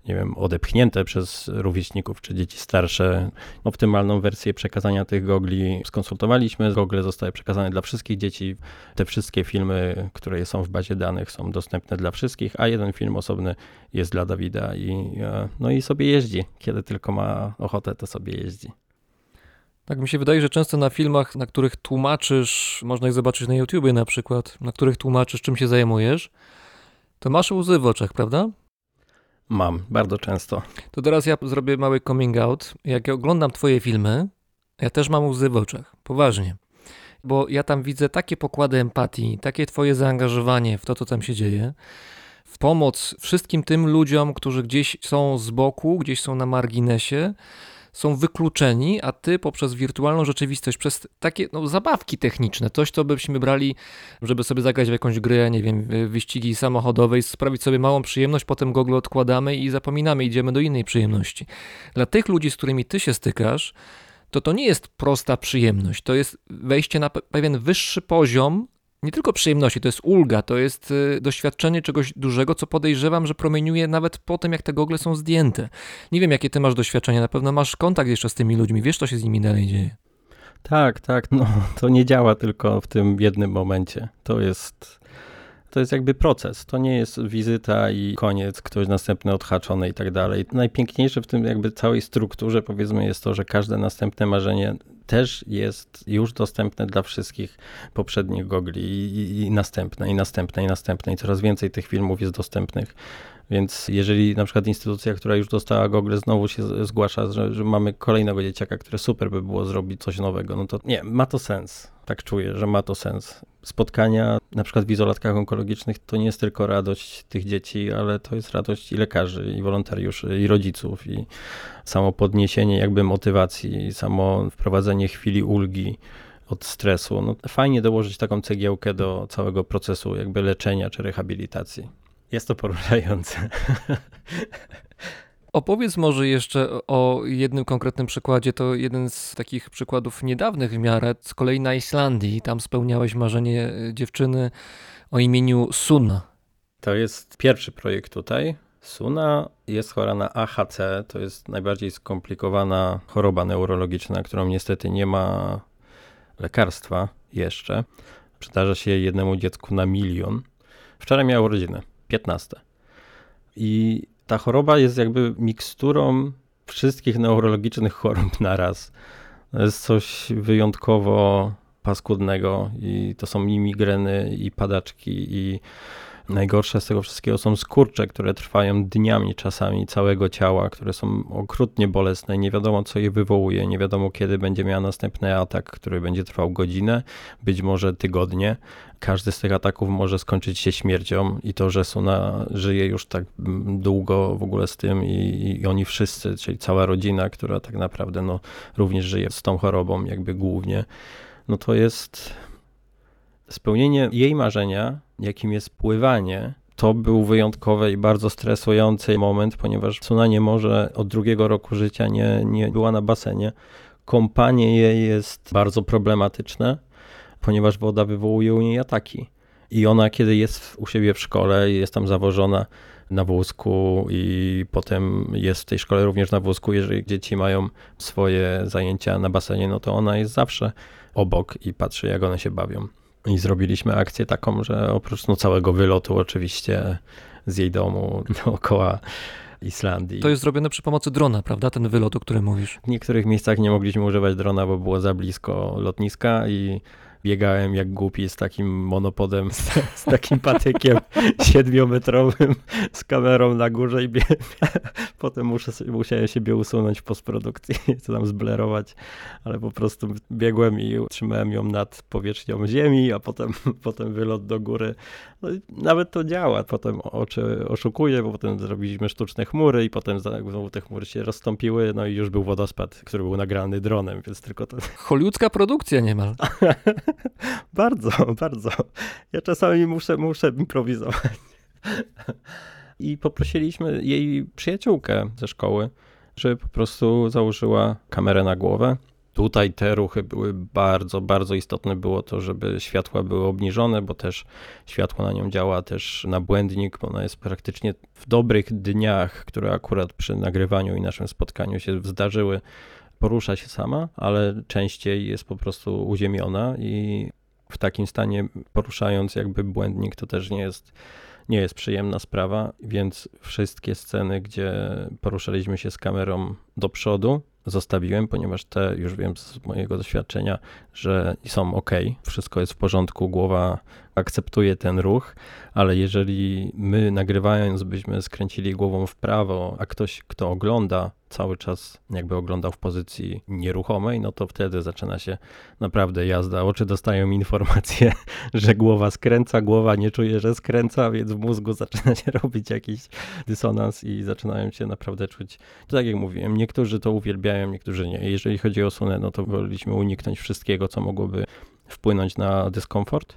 nie wiem, odepchnięte przez rówieśników czy dzieci starsze. Optymalną wersję przekazania tych gogli skonsultowaliśmy. Gogle zostały przekazane dla wszystkich dzieci. Te wszystkie filmy, które są w bazie danych, są dostępne dla wszystkich, a jeden film osobny jest dla Dawida i, no i sobie jeździ. Kiedy tylko ma ochotę, to sobie jeździ. Tak mi się wydaje, że często na filmach, na których tłumaczysz, można je zobaczyć na YouTubie na przykład, na których tłumaczysz, czym się zajmujesz, to masz łzy w oczach, prawda? Mam, bardzo często. To teraz ja zrobię mały coming out. Jak ja oglądam twoje filmy, ja też mam łzy w oczach, poważnie. Bo ja tam widzę takie pokłady empatii, takie twoje zaangażowanie w to, co tam się dzieje, w pomoc wszystkim tym ludziom, którzy gdzieś są z boku, gdzieś są na marginesie, są wykluczeni, a ty poprzez wirtualną rzeczywistość, przez takie no, zabawki techniczne, coś, co byśmy brali, żeby sobie zagrać w jakąś grę, nie wiem, wyścigi samochodowe i sprawić sobie małą przyjemność, potem gogle odkładamy i zapominamy, idziemy do innej przyjemności. Dla tych ludzi, z którymi ty się stykasz, to to nie jest prosta przyjemność, to jest wejście na pe- pewien wyższy poziom, nie tylko przyjemności, to jest ulga, to jest y, doświadczenie czegoś dużego, co podejrzewam, że promieniuje nawet po tym, jak te gogle są zdjęte. Nie wiem, jakie ty masz doświadczenie, na pewno masz kontakt jeszcze z tymi ludźmi, wiesz, co się z nimi dalej dzieje. Tak, tak, no to nie działa tylko w tym jednym momencie. To jest, to jest jakby proces, to nie jest wizyta i koniec, ktoś następny odhaczony i tak dalej. Najpiękniejsze w tym jakby całej strukturze powiedzmy jest to, że każde następne marzenie też jest już dostępne dla wszystkich poprzednich gogli i, i, i następne, i następne, i następne i coraz więcej tych filmów jest dostępnych. Więc jeżeli na przykład instytucja, która już dostała gogle, znowu się zgłasza, że, że mamy kolejnego dzieciaka, które super by było zrobić coś nowego, no to nie, ma to sens. Tak czuję, że ma to sens. Spotkania na przykład w izolatkach onkologicznych to nie jest tylko radość tych dzieci, ale to jest radość i lekarzy, i wolontariuszy, i rodziców, i samo podniesienie jakby motywacji, samo wprowadzenie chwili ulgi od stresu. No, fajnie dołożyć taką cegiełkę do całego procesu jakby leczenia czy rehabilitacji. Jest to poruszające. Opowiedz może jeszcze o jednym konkretnym przykładzie, to jeden z takich przykładów niedawnych w miarę, z kolei na Islandii, tam spełniałeś marzenie dziewczyny o imieniu Suna. To jest pierwszy projekt tutaj. Suna jest chora na A H C, to jest najbardziej skomplikowana choroba neurologiczna, którą niestety nie ma lekarstwa jeszcze. Przydarza się jednemu dziecku na milion. Wczoraj miał urodziny, piętnaste. I ta choroba jest jakby miksturą wszystkich neurologicznych chorób naraz. To jest coś wyjątkowo paskudnego i to są i migreny, i padaczki, i najgorsze z tego wszystkiego są skurcze, które trwają dniami czasami całego ciała, które są okrutnie bolesne. Nie wiadomo, co je wywołuje, nie wiadomo, kiedy będzie miała następny atak, który będzie trwał godzinę, być może tygodnie. Każdy z tych ataków może skończyć się śmiercią i to, że Suna żyje już tak długo w ogóle z tym i, i oni wszyscy, czyli cała rodzina, która tak naprawdę no, również żyje z tą chorobą jakby głównie, no to jest spełnienie jej marzenia, jakim jest pływanie. To był wyjątkowy i bardzo stresujący moment, ponieważ Suna nie może od drugiego roku życia, nie, nie była na basenie. Kąpanie jej jest bardzo problematyczne, ponieważ woda wywołuje u niej ataki. I ona, kiedy jest u siebie w szkole i jest tam zawożona na wózku i potem jest w tej szkole również na wózku, jeżeli dzieci mają swoje zajęcia na basenie, no to ona jest zawsze obok i patrzy, jak one się bawią. I zrobiliśmy akcję taką, że oprócz no, całego wylotu oczywiście z jej domu dookoła Islandii. To jest zrobione przy pomocy drona, prawda? Ten wylot, o którym mówisz. W niektórych miejscach nie mogliśmy używać drona, bo było za blisko lotniska i biegałem jak głupi z takim monopodem, z, z takim patykiem siedmiometrowym, z kamerą na górze i bie... potem muszę, musiałem siebie usunąć w postprodukcji, co tam zblerować, ale po prostu biegłem i trzymałem ją nad powierzchnią ziemi, a potem, potem wylot do góry. No, nawet to działa, potem oczy oszukuje, bo potem zrobiliśmy sztuczne chmury i potem znowu te chmury się rozstąpiły, no i już był wodospad, który był nagrany dronem, więc tylko to... Hollywoodzka produkcja niemal. Bardzo, bardzo. Ja czasami muszę, muszę improwizować. I poprosiliśmy jej przyjaciółkę ze szkoły, żeby po prostu założyła kamerę na głowę Tutaj te ruchy były bardzo, bardzo istotne. Było to, żeby światła były obniżone, bo też światło na nią działa też na błędnik, bo ona jest praktycznie w dobrych dniach, które akurat przy nagrywaniu i naszym spotkaniu się zdarzyły, porusza się sama, ale częściej jest po prostu uziemiona i w takim stanie poruszając jakby błędnik to też nie jest, nie jest przyjemna sprawa, więc wszystkie sceny, gdzie poruszaliśmy się z kamerą do przodu, zostawiłem, ponieważ te już wiem z mojego doświadczenia, że są ok, wszystko jest w porządku, głowa akceptuje ten ruch, ale jeżeli my nagrywając byśmy skręcili głową w prawo, a ktoś, kto ogląda, cały czas jakby oglądał w pozycji nieruchomej, no to wtedy zaczyna się naprawdę jazda. Oczy dostają informację, że głowa skręca, głowa nie czuje, że skręca, więc w mózgu zaczyna się robić jakiś dysonans i zaczynają się naprawdę czuć. To tak jak mówiłem, niektórzy to uwielbiają, niektórzy nie. Jeżeli chodzi o Sunę, no to woleliśmy uniknąć wszystkiego, co mogłoby wpłynąć na dyskomfort.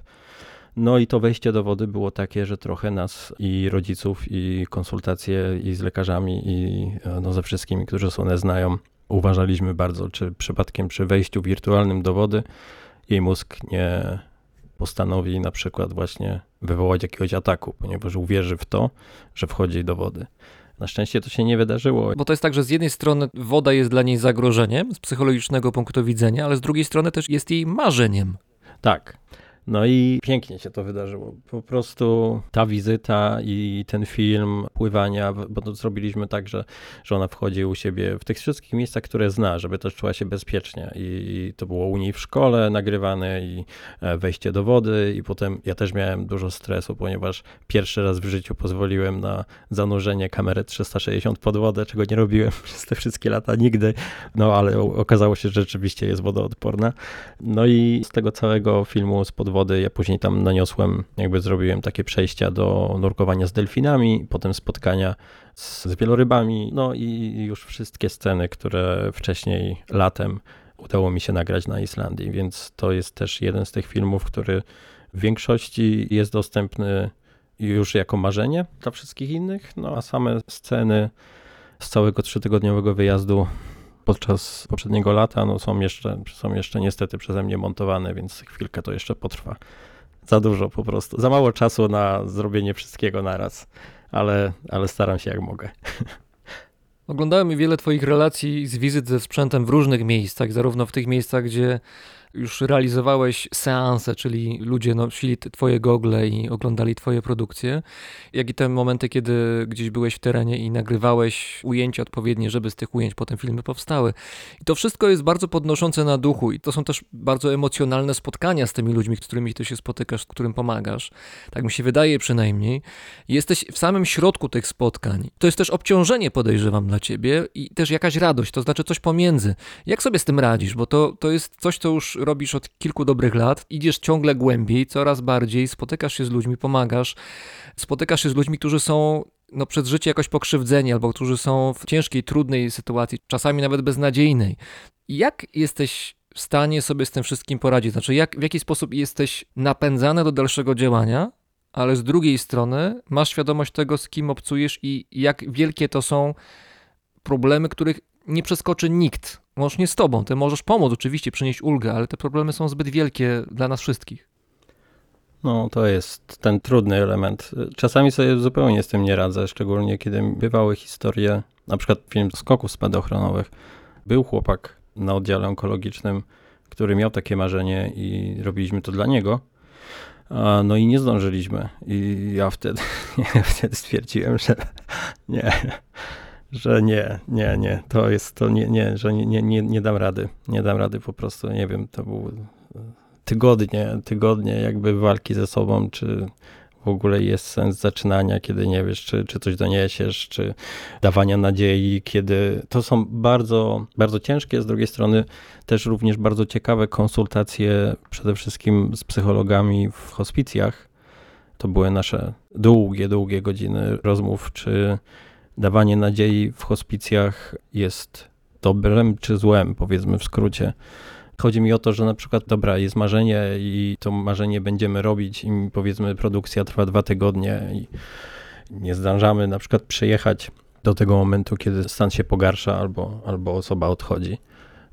No i to wejście do wody było takie, że trochę nas i rodziców, i konsultacje i z lekarzami, i no ze wszystkimi, którzy Sunę znają, uważaliśmy bardzo, czy przypadkiem przy wejściu wirtualnym do wody jej mózg nie postanowi na przykład właśnie wywołać jakiegoś ataku, ponieważ uwierzy w to, że wchodzi do wody. Na szczęście to się nie wydarzyło. Bo to jest tak, że z jednej strony woda jest dla niej zagrożeniem z psychologicznego punktu widzenia, ale z drugiej strony też jest jej marzeniem. Tak. No i pięknie się to wydarzyło. Po prostu ta wizyta i ten film pływania, bo to zrobiliśmy tak, że, że ona wchodzi u siebie w tych wszystkich miejscach, które zna, żeby też czuła się bezpiecznie. I to było u niej w szkole nagrywane i wejście do wody i potem ja też miałem dużo stresu, ponieważ pierwszy raz w życiu pozwoliłem na zanurzenie kamery trzysta sześćdziesiąt pod wodę, czego nie robiłem przez te wszystkie lata nigdy. No ale okazało się, że rzeczywiście jest wodoodporna. No i z tego całego filmu spod wody ja później tam naniosłem, jakby zrobiłem takie przejścia do nurkowania z delfinami, potem spotkania z, z wielorybami, no i już wszystkie sceny, które wcześniej latem udało mi się nagrać na Islandii, więc to jest też jeden z tych filmów, który w większości jest dostępny już jako marzenie dla wszystkich innych, no a same sceny z całego trzytygodniowego wyjazdu podczas poprzedniego lata, no są jeszcze, są jeszcze niestety przeze mnie montowane, więc chwilkę to jeszcze potrwa. Za dużo po prostu, za mało czasu na zrobienie wszystkiego naraz, ale, ale staram się jak mogę. Oglądałem wiele twoich relacji z wizyt ze sprzętem w różnych miejscach, zarówno w tych miejscach, gdzie już realizowałeś seanse, czyli ludzie nosili twoje gogle i oglądali twoje produkcje, jak i te momenty, kiedy gdzieś byłeś w terenie i nagrywałeś ujęcia odpowiednie, żeby z tych ujęć potem filmy powstały. I to wszystko jest bardzo podnoszące na duchu i to są też bardzo emocjonalne spotkania z tymi ludźmi, z którymi ty się spotykasz, którym pomagasz. Tak mi się wydaje przynajmniej. Jesteś w samym środku tych spotkań. To jest też obciążenie, podejrzewam, dla ciebie i też jakaś radość, to znaczy coś pomiędzy. Jak sobie z tym radzisz? Bo to, to jest coś, co już robisz od kilku dobrych lat, idziesz ciągle głębiej, coraz bardziej, spotykasz się z ludźmi, pomagasz, spotykasz się z ludźmi, którzy są no, przez życie jakoś pokrzywdzeni albo którzy są w ciężkiej, trudnej sytuacji, czasami nawet beznadziejnej. Jak jesteś w stanie sobie z tym wszystkim poradzić? Znaczy, jak, w jaki sposób jesteś napędzany do dalszego działania, ale z drugiej strony masz świadomość tego, z kim obcujesz i jak wielkie to są problemy, których nie przeskoczy nikt, łącznie z tobą. Ty możesz pomóc, oczywiście, przynieść ulgę, ale te problemy są zbyt wielkie dla nas wszystkich. No, to jest ten trudny element. Czasami sobie zupełnie z tym nie radzę, szczególnie kiedy bywały historie, na przykład film Skoków spadochronowych. Był chłopak na oddziale onkologicznym, który miał takie marzenie i robiliśmy to dla niego. No i nie zdążyliśmy. I ja wtedy, ja wtedy stwierdziłem, że nie, że nie, nie, nie, to jest to nie, nie, że nie, nie, nie, nie dam rady. Nie dam rady po prostu, nie wiem, to był tygodnie, tygodnie jakby walki ze sobą, czy w ogóle jest sens zaczynania, kiedy nie wiesz, czy, czy coś doniesiesz, czy dawania nadziei, kiedy to są bardzo, bardzo ciężkie, z drugiej strony też również bardzo ciekawe konsultacje przede wszystkim z psychologami w hospicjach. To były nasze długie, długie godziny rozmów, czy dawanie nadziei w hospicjach jest dobrem czy złem, powiedzmy w skrócie. Chodzi mi o to, że na przykład, dobra, jest marzenie i to marzenie będziemy robić i powiedzmy produkcja trwa dwa tygodnie i nie zdążamy na przykład przyjechać do tego momentu, kiedy stan się pogarsza albo, albo osoba odchodzi.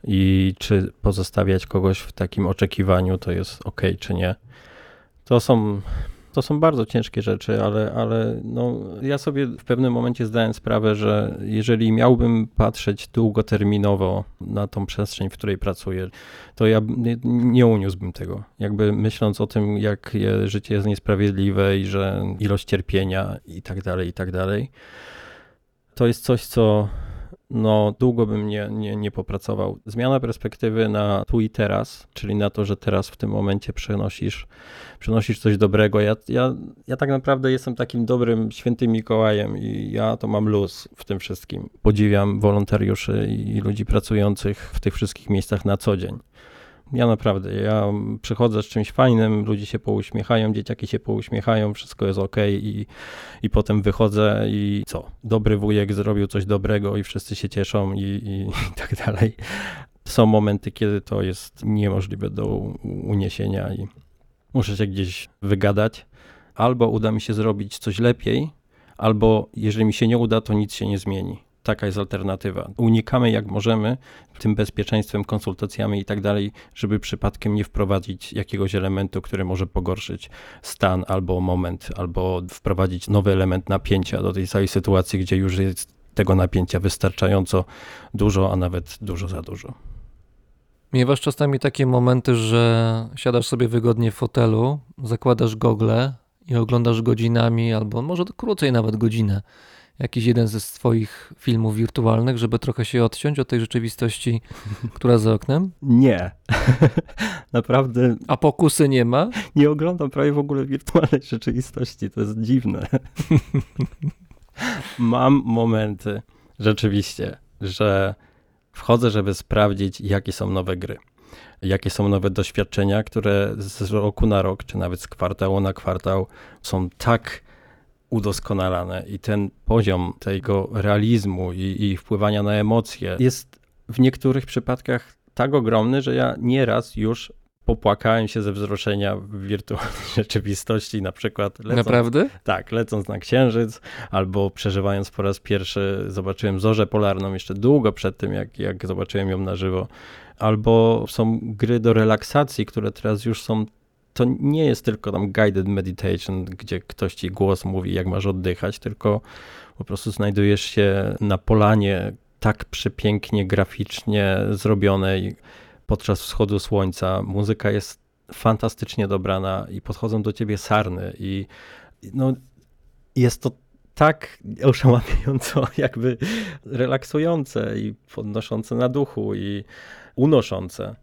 i czy pozostawiać kogoś w takim oczekiwaniu, to jest okej, czy nie. To są, to są bardzo ciężkie rzeczy, ale, ale no, ja sobie w pewnym momencie zdałem sprawę, że jeżeli miałbym patrzeć długoterminowo na tą przestrzeń, w której pracuję, to ja nie, nie uniósłbym tego. Jakby myśląc o tym, jak życie jest niesprawiedliwe i że ilość cierpienia i tak dalej, i tak dalej, to jest coś, co no długo bym nie, nie, nie popracował. Zmiana perspektywy na tu i teraz, czyli na to, że teraz w tym momencie przenosisz, przenosisz coś dobrego. Ja, ja, ja tak naprawdę jestem takim dobrym świętym Mikołajem i ja to mam luz w tym wszystkim. Podziwiam wolontariuszy i ludzi pracujących w tych wszystkich miejscach na co dzień. Ja naprawdę, ja przychodzę z czymś fajnym, ludzie się pouśmiechają, dzieciaki się pouśmiechają, wszystko jest okej i, i potem wychodzę i co? Dobry wujek zrobił coś dobrego i wszyscy się cieszą i, i, i tak dalej. Są momenty, kiedy to jest niemożliwe do uniesienia i muszę się gdzieś wygadać. Albo uda mi się zrobić coś lepiej, albo jeżeli mi się nie uda, to nic się nie zmieni. Taka jest alternatywa. Unikamy jak możemy tym bezpieczeństwem, konsultacjami i tak dalej, żeby przypadkiem nie wprowadzić jakiegoś elementu, który może pogorszyć stan albo moment, albo wprowadzić nowy element napięcia do tej całej sytuacji, gdzie już jest tego napięcia wystarczająco dużo, a nawet dużo za dużo. Miewasz czasami takie momenty, że siadasz sobie wygodnie w fotelu, zakładasz gogle i oglądasz godzinami, albo może krócej nawet godzinę, jakiś jeden ze swoich filmów wirtualnych, żeby trochę się odciąć od tej rzeczywistości, która za oknem? Nie. Naprawdę. A pokusy nie ma? Nie oglądam prawie w ogóle wirtualnej rzeczywistości. To jest dziwne. Mam momenty, rzeczywiście, że wchodzę, żeby sprawdzić, jakie są nowe gry. Jakie są nowe doświadczenia, które z roku na rok, czy nawet z kwartału na kwartał są tak udoskonalane i ten poziom tego realizmu i, i wpływania na emocje jest w niektórych przypadkach tak ogromny, że ja nieraz już popłakałem się ze wzruszenia w wirtualnej rzeczywistości, na przykład lecąc, Naprawdę? Tak, lecąc na Księżyc, albo przeżywając po raz pierwszy, zobaczyłem zorzę polarną jeszcze długo przed tym, jak, jak zobaczyłem ją na żywo, albo są gry do relaksacji, które teraz już są. To nie jest tylko tam guided meditation, gdzie ktoś ci głos mówi, jak masz oddychać, tylko po prostu znajdujesz się na polanie tak przepięknie, graficznie zrobionej podczas wschodu słońca. Muzyka jest fantastycznie dobrana i podchodzą do ciebie sarny i no, jest to tak oszałamiająco jakby relaksujące i podnoszące na duchu i unoszące,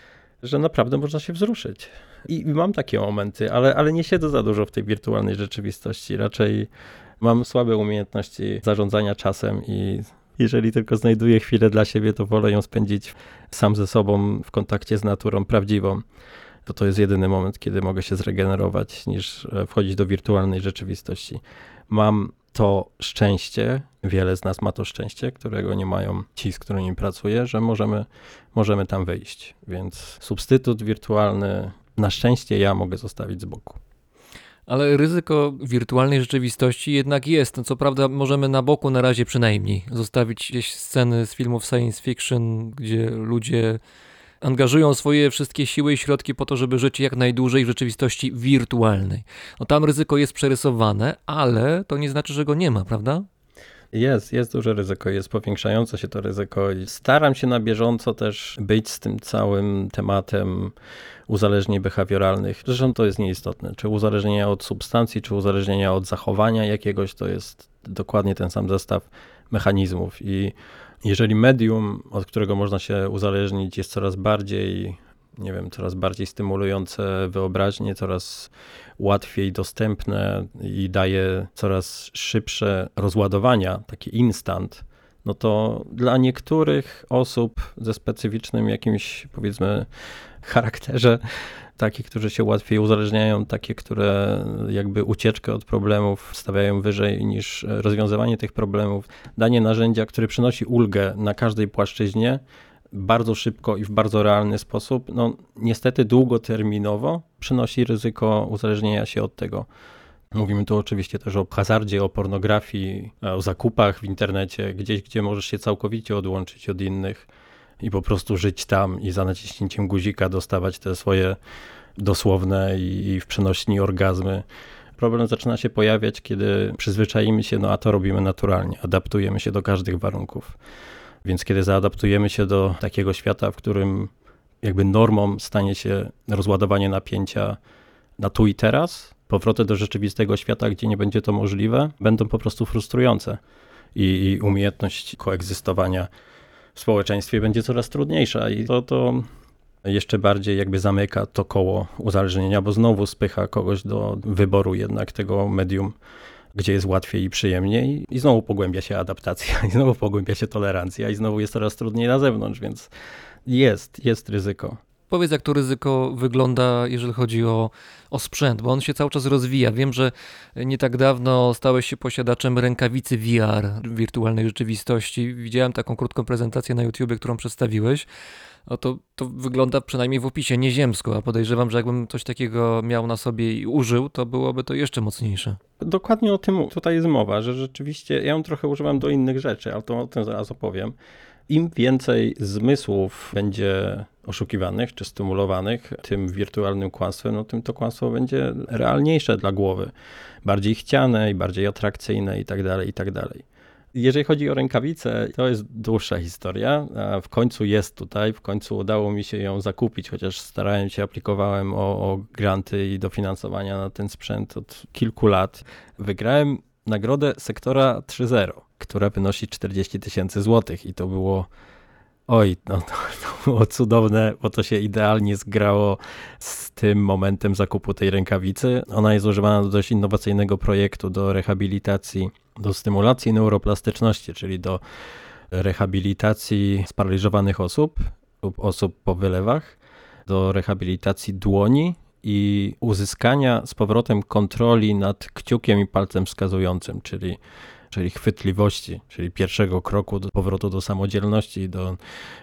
że naprawdę można się wzruszyć. I mam takie momenty, ale, ale nie siedzę za dużo w tej wirtualnej rzeczywistości. Raczej mam słabe umiejętności zarządzania czasem i jeżeli tylko znajduję chwilę dla siebie, to wolę ją spędzić sam ze sobą w kontakcie z naturą prawdziwą. Bo to jest jedyny moment, kiedy mogę się zregenerować, niż wchodzić do wirtualnej rzeczywistości. Mam to szczęście, wiele z nas ma to szczęście, którego nie mają ci, z którymi pracuję, że możemy, możemy tam wyjść. Więc substytut wirtualny na szczęście ja mogę zostawić z boku. Ale ryzyko wirtualnej rzeczywistości jednak jest. Co prawda możemy na boku na razie przynajmniej zostawić gdzieś sceny z filmów science fiction, gdzie ludzie angażują swoje wszystkie siły i środki po to, żeby żyć jak najdłużej w rzeczywistości wirtualnej. No tam ryzyko jest przerysowane, ale to nie znaczy, że go nie ma, prawda? Jest, jest duże ryzyko, jest powiększające się to ryzyko i staram się na bieżąco też być z tym całym tematem uzależnień behawioralnych. Zresztą to jest nieistotne, czy uzależnienia od substancji, czy uzależnienia od zachowania jakiegoś, to jest dokładnie ten sam zestaw mechanizmów i jeżeli medium, od którego można się uzależnić, jest coraz bardziej, nie wiem, coraz bardziej stymulujące wyobraźnię, coraz łatwiej dostępne i daje coraz szybsze rozładowania, taki instant, no to dla niektórych osób ze specyficznym jakimś, powiedzmy, charakterze, takie, którzy się łatwiej uzależniają, takie, które jakby ucieczkę od problemów stawiają wyżej niż rozwiązywanie tych problemów, danie narzędzia, które przynosi ulgę na każdej płaszczyźnie, bardzo szybko i w bardzo realny sposób, no niestety długoterminowo przynosi ryzyko uzależnienia się od tego. Mówimy tu oczywiście też o hazardzie, o pornografii, o zakupach w internecie, gdzieś, gdzie możesz się całkowicie odłączyć od innych i po prostu żyć tam i za naciśnięciem guzika dostawać te swoje dosłowne i, i w przenośni orgazmy. Problem zaczyna się pojawiać, kiedy przyzwyczaimy się, no a to robimy naturalnie, adaptujemy się do każdych warunków. Więc kiedy zaadaptujemy się do takiego świata, w którym jakby normą stanie się rozładowanie napięcia na tu i teraz, powroty do rzeczywistego świata, gdzie nie będzie to możliwe, będą po prostu frustrujące. I, i umiejętność koegzystowania w społeczeństwie będzie coraz trudniejsza i to, to jeszcze bardziej jakby zamyka to koło uzależnienia, bo znowu spycha kogoś do wyboru jednak tego medium, gdzie jest łatwiej i przyjemniej i znowu pogłębia się adaptacja i znowu pogłębia się tolerancja i znowu jest coraz trudniej na zewnątrz, więc jest, jest ryzyko. Powiedz, jak to ryzyko wygląda, jeżeli chodzi o, o sprzęt, bo on się cały czas rozwija. Wiem, że nie tak dawno stałeś się posiadaczem rękawicy V R, wirtualnej rzeczywistości. Widziałem taką krótką prezentację na YouTubie, którą przedstawiłeś. No to, to wygląda przynajmniej w opisie nieziemsko, a podejrzewam, że jakbym coś takiego miał na sobie i użył, to byłoby to jeszcze mocniejsze. Dokładnie o tym tutaj jest mowa, że rzeczywiście ja ją trochę używam do innych rzeczy, ale to o tym zaraz opowiem. Im więcej zmysłów będzie oszukiwanych czy stymulowanych tym wirtualnym kłamstwem, no tym to kłamstwo będzie realniejsze dla głowy, bardziej chciane i bardziej atrakcyjne i tak dalej, i tak dalej. Jeżeli chodzi o rękawicę, to jest dłuższa historia. A w końcu jest tutaj, w końcu udało mi się ją zakupić, chociaż starałem się, aplikowałem o, o granty i dofinansowania na ten sprzęt od kilku lat. Wygrałem nagrodę sektora trzy zero, która wynosi czterdzieści tysięcy złotych i to było, oj, no to, to było cudowne, bo to się idealnie zgrało z tym momentem zakupu tej rękawicy. Ona jest używana do dość innowacyjnego projektu do rehabilitacji, do stymulacji neuroplastyczności, czyli do rehabilitacji sparaliżowanych osób lub osób po wylewach, do rehabilitacji dłoni i uzyskania z powrotem kontroli nad kciukiem i palcem wskazującym, czyli, czyli chwytliwości, czyli pierwszego kroku do powrotu do samodzielności, do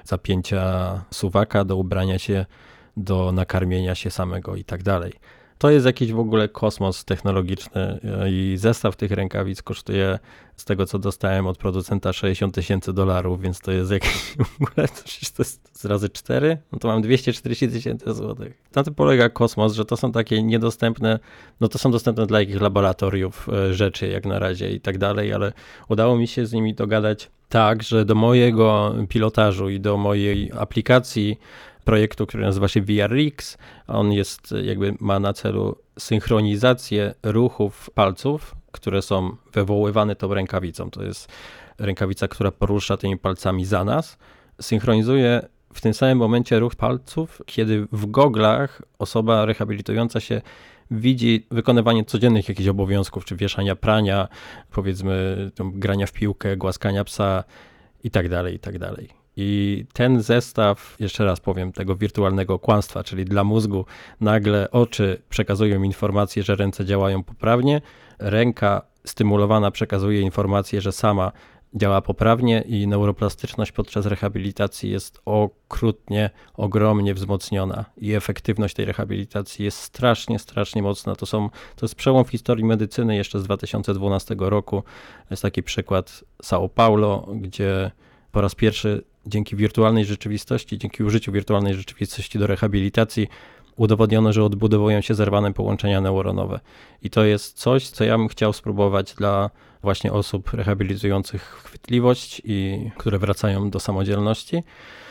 zapięcia suwaka, do ubrania się, do nakarmienia się samego i tak dalej. To jest jakiś w ogóle kosmos technologiczny i zestaw tych rękawic kosztuje, z tego co dostałem od producenta, sześćdziesiąt tysięcy dolarów, więc to jest jakieś w ogóle, to jest z razy cztery, no to mam dwieście czterdzieści tysięcy złotych. Na tym polega kosmos, że to są takie niedostępne, no to są dostępne dla jakichś laboratoriów rzeczy jak na razie i tak dalej, ale udało mi się z nimi dogadać tak, że do mojego pilotażu i do mojej aplikacji projektu, który nazywa się V R X. On jest, jakby ma na celu synchronizację ruchów palców, które są wywoływane tą rękawicą. To jest rękawica, która porusza tymi palcami za nas. Synchronizuje w tym samym momencie ruch palców, kiedy w goglach osoba rehabilitująca się widzi wykonywanie codziennych jakichś obowiązków, czy wieszania prania, powiedzmy grania w piłkę, głaskania psa i tak dalej, i tak dalej. I ten zestaw, jeszcze raz powiem, tego wirtualnego kłamstwa, czyli dla mózgu nagle oczy przekazują informację, że ręce działają poprawnie, ręka stymulowana przekazuje informację, że sama działa poprawnie i neuroplastyczność podczas rehabilitacji jest okrutnie, ogromnie wzmocniona i efektywność tej rehabilitacji jest strasznie, strasznie mocna. To są, to jest przełom w historii medycyny jeszcze z dwa tysiące dwunastego roku. Jest taki przykład São Paulo, gdzie po raz pierwszy dzięki wirtualnej rzeczywistości, dzięki użyciu wirtualnej rzeczywistości do rehabilitacji udowodniono, że odbudowują się zerwane połączenia neuronowe. I to jest coś, co ja bym chciał spróbować dla właśnie osób rehabilitujących chwytliwość i które wracają do samodzielności.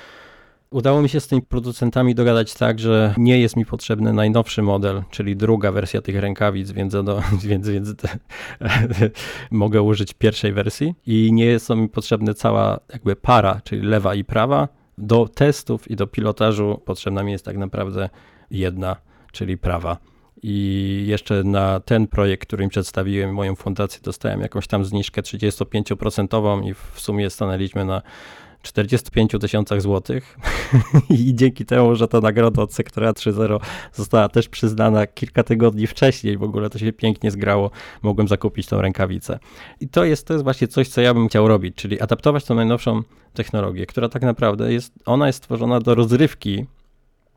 Udało mi się z tymi producentami dogadać tak, że nie jest mi potrzebny najnowszy model, czyli druga wersja tych rękawic, więc, do, więc, więc te, mogę użyć pierwszej wersji i nie jest mi potrzebna cała jakby para, czyli lewa i prawa. Do testów i do pilotażu potrzebna mi jest tak naprawdę jedna, czyli prawa. I jeszcze na ten projekt, który im przedstawiłem, moją fundację, dostałem jakąś tam zniżkę trzydziestopięcioprocentową i w sumie stanęliśmy na czterdziestu pięciu tysiącach złotych i dzięki temu, że ta nagroda od sektora trzy zero została też przyznana kilka tygodni wcześniej, w ogóle to się pięknie zgrało, mogłem zakupić tą rękawicę. I to jest, to jest właśnie coś, co ja bym chciał robić, czyli adaptować tą najnowszą technologię, która tak naprawdę jest, ona jest stworzona do rozrywki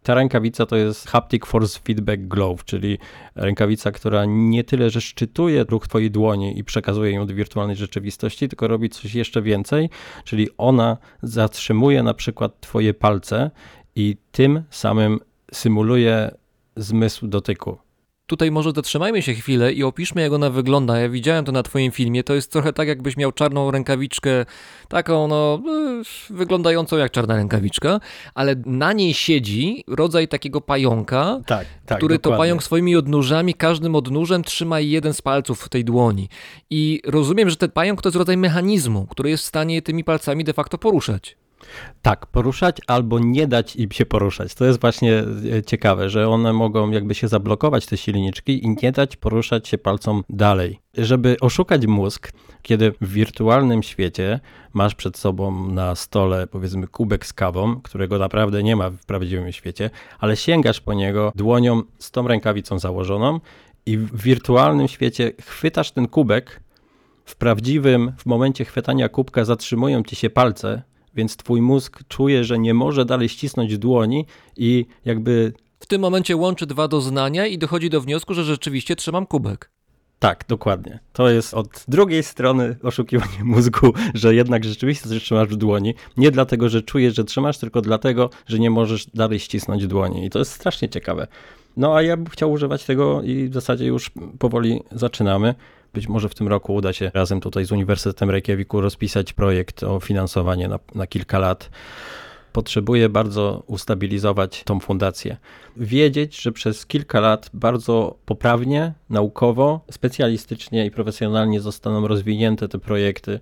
Ta rękawica to jest Haptic Force Feedback Glove, czyli rękawica, która nie tyle, że szczytuje ruch twojej dłoni i przekazuje ją do wirtualnej rzeczywistości, tylko robi coś jeszcze więcej, czyli ona zatrzymuje na przykład twoje palce i tym samym symuluje zmysł dotyku. Tutaj może zatrzymajmy się chwilę i opiszmy, jak ona wygląda. Ja widziałem to na twoim filmie. To jest trochę tak, jakbyś miał czarną rękawiczkę, taką no, wyglądającą jak czarna rękawiczka, ale na niej siedzi rodzaj takiego pająka, Tak, tak, który dokładnie. to pająk swoimi odnóżami, każdym odnóżem trzyma jeden z palców w tej dłoni. I rozumiem, że ten pająk to jest rodzaj mechanizmu, który jest w stanie tymi palcami de facto poruszać. Tak, poruszać albo nie dać im się poruszać. To jest właśnie ciekawe, że one mogą jakby się zablokować, te silniczki, i nie dać poruszać się palcom dalej. Żeby oszukać mózg, kiedy w wirtualnym świecie masz przed sobą na stole, powiedzmy, kubek z kawą, którego naprawdę nie ma w prawdziwym świecie, ale sięgasz po niego dłonią z tą rękawicą założoną i w wirtualnym świecie chwytasz ten kubek, w prawdziwym, w momencie chwytania kubka zatrzymują ci się palce, więc twój mózg czuje, że nie może dalej ścisnąć dłoni i jakby... W tym momencie łączy dwa doznania i dochodzi do wniosku, że rzeczywiście trzymam kubek. Tak, dokładnie. To jest od drugiej strony oszukiwanie mózgu, że jednak rzeczywiście trzymasz w dłoni. Nie dlatego, że czujesz, że trzymasz, tylko dlatego, że nie możesz dalej ścisnąć dłoni. I to jest strasznie ciekawe. No a ja bym chciał używać tego i w zasadzie już powoli zaczynamy. Być może w tym roku uda się razem tutaj z Uniwersytetem Reykjaviku rozpisać projekt o finansowanie na, na kilka lat. Potrzebuję bardzo ustabilizować tą fundację. Wiedzieć, że przez kilka lat bardzo poprawnie, naukowo, specjalistycznie i profesjonalnie zostaną rozwinięte te projekty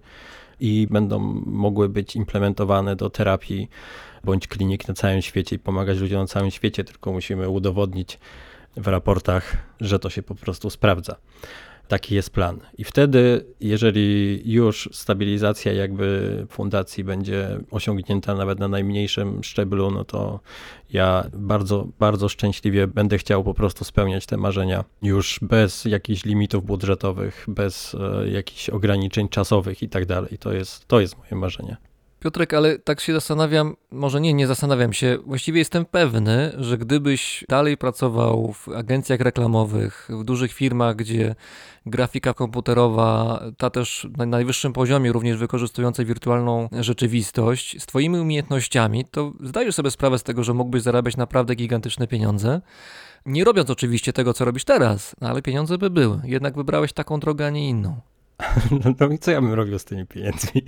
i będą mogły być implementowane do terapii bądź klinik na całym świecie i pomagać ludziom na całym świecie, tylko musimy udowodnić w raportach, że to się po prostu sprawdza. Taki jest plan. I wtedy, jeżeli już stabilizacja jakby fundacji będzie osiągnięta nawet na najmniejszym szczeblu, no to ja bardzo, bardzo szczęśliwie będę chciał po prostu spełniać te marzenia już bez jakichś limitów budżetowych, bez e, jakichś ograniczeń czasowych i tak dalej. To jest, to jest moje marzenie. Piotrek, ale tak się zastanawiam, może nie, nie zastanawiam się, właściwie jestem pewny, że gdybyś dalej pracował w agencjach reklamowych, w dużych firmach, gdzie grafika komputerowa, ta też na najwyższym poziomie, również wykorzystującej wirtualną rzeczywistość, z twoimi umiejętnościami, to zdajesz sobie sprawę z tego, że mógłbyś zarabiać naprawdę gigantyczne pieniądze. Nie robiąc oczywiście tego, co robisz teraz, ale pieniądze by były. Jednak wybrałeś taką drogę, a nie inną. No, no i co ja bym robił z tymi pieniędzmi?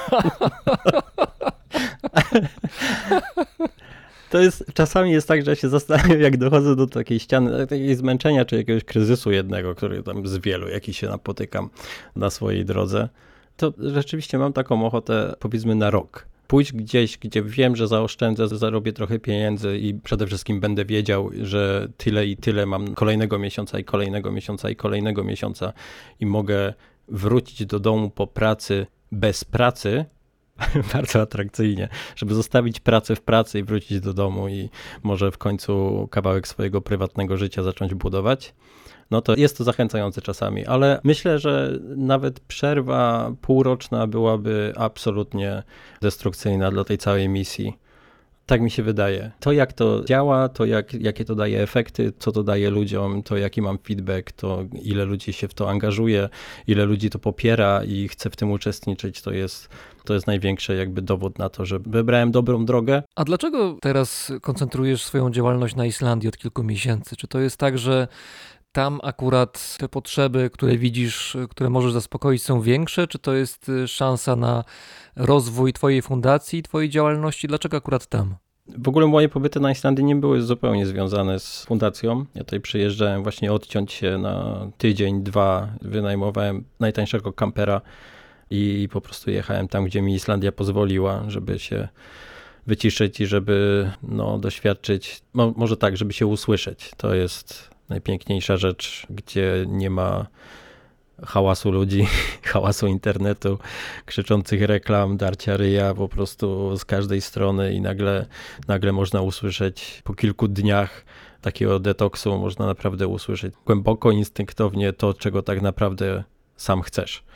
To jest, czasami jest tak, że ja się zastanawiam, jak dochodzę do takiej ściany, takiego zmęczenia, czy jakiegoś kryzysu jednego, który tam z wielu, jaki się napotykam na swojej drodze, to rzeczywiście mam taką ochotę, powiedzmy, na rok. Pójść gdzieś, gdzie wiem, że zaoszczędzę, zarobię trochę pieniędzy i przede wszystkim będę wiedział, że tyle i tyle mam kolejnego miesiąca i kolejnego miesiąca i kolejnego miesiąca i mogę wrócić do domu po pracy bez pracy, bardzo atrakcyjnie, żeby zostawić pracę w pracy i wrócić do domu i może w końcu kawałek swojego prywatnego życia zacząć budować. No to jest to zachęcające czasami, ale myślę, że nawet przerwa półroczna byłaby absolutnie destrukcyjna dla tej całej misji. Tak mi się wydaje. To jak to działa, to jak, jakie to daje efekty, co to daje ludziom, to jaki mam feedback, to ile ludzi się w to angażuje, ile ludzi to popiera i chce w tym uczestniczyć, to jest, to jest największy jakby dowód na to, że wybrałem dobrą drogę. A dlaczego teraz koncentrujesz swoją działalność na Islandii od kilku miesięcy? Czy to jest tak, że tam akurat te potrzeby, które widzisz, które możesz zaspokoić, są większe? Czy to jest szansa na rozwój twojej fundacji, twojej działalności? Dlaczego akurat tam? W ogóle moje pobyty na Islandii nie były zupełnie związane z fundacją. Ja tutaj przyjeżdżałem właśnie odciąć się na tydzień, dwa. Wynajmowałem najtańszego kampera i po prostu jechałem tam, gdzie mi Islandia pozwoliła, żeby się wyciszyć i żeby no, doświadczyć, no, może tak, żeby się usłyszeć. To jest najpiękniejsza rzecz, gdzie nie ma hałasu ludzi, hałasu internetu, krzyczących reklam, darcia ryja po prostu z każdej strony i nagle, nagle można usłyszeć po kilku dniach takiego detoksu, można naprawdę usłyszeć głęboko, instynktownie to, czego tak naprawdę sam chcesz.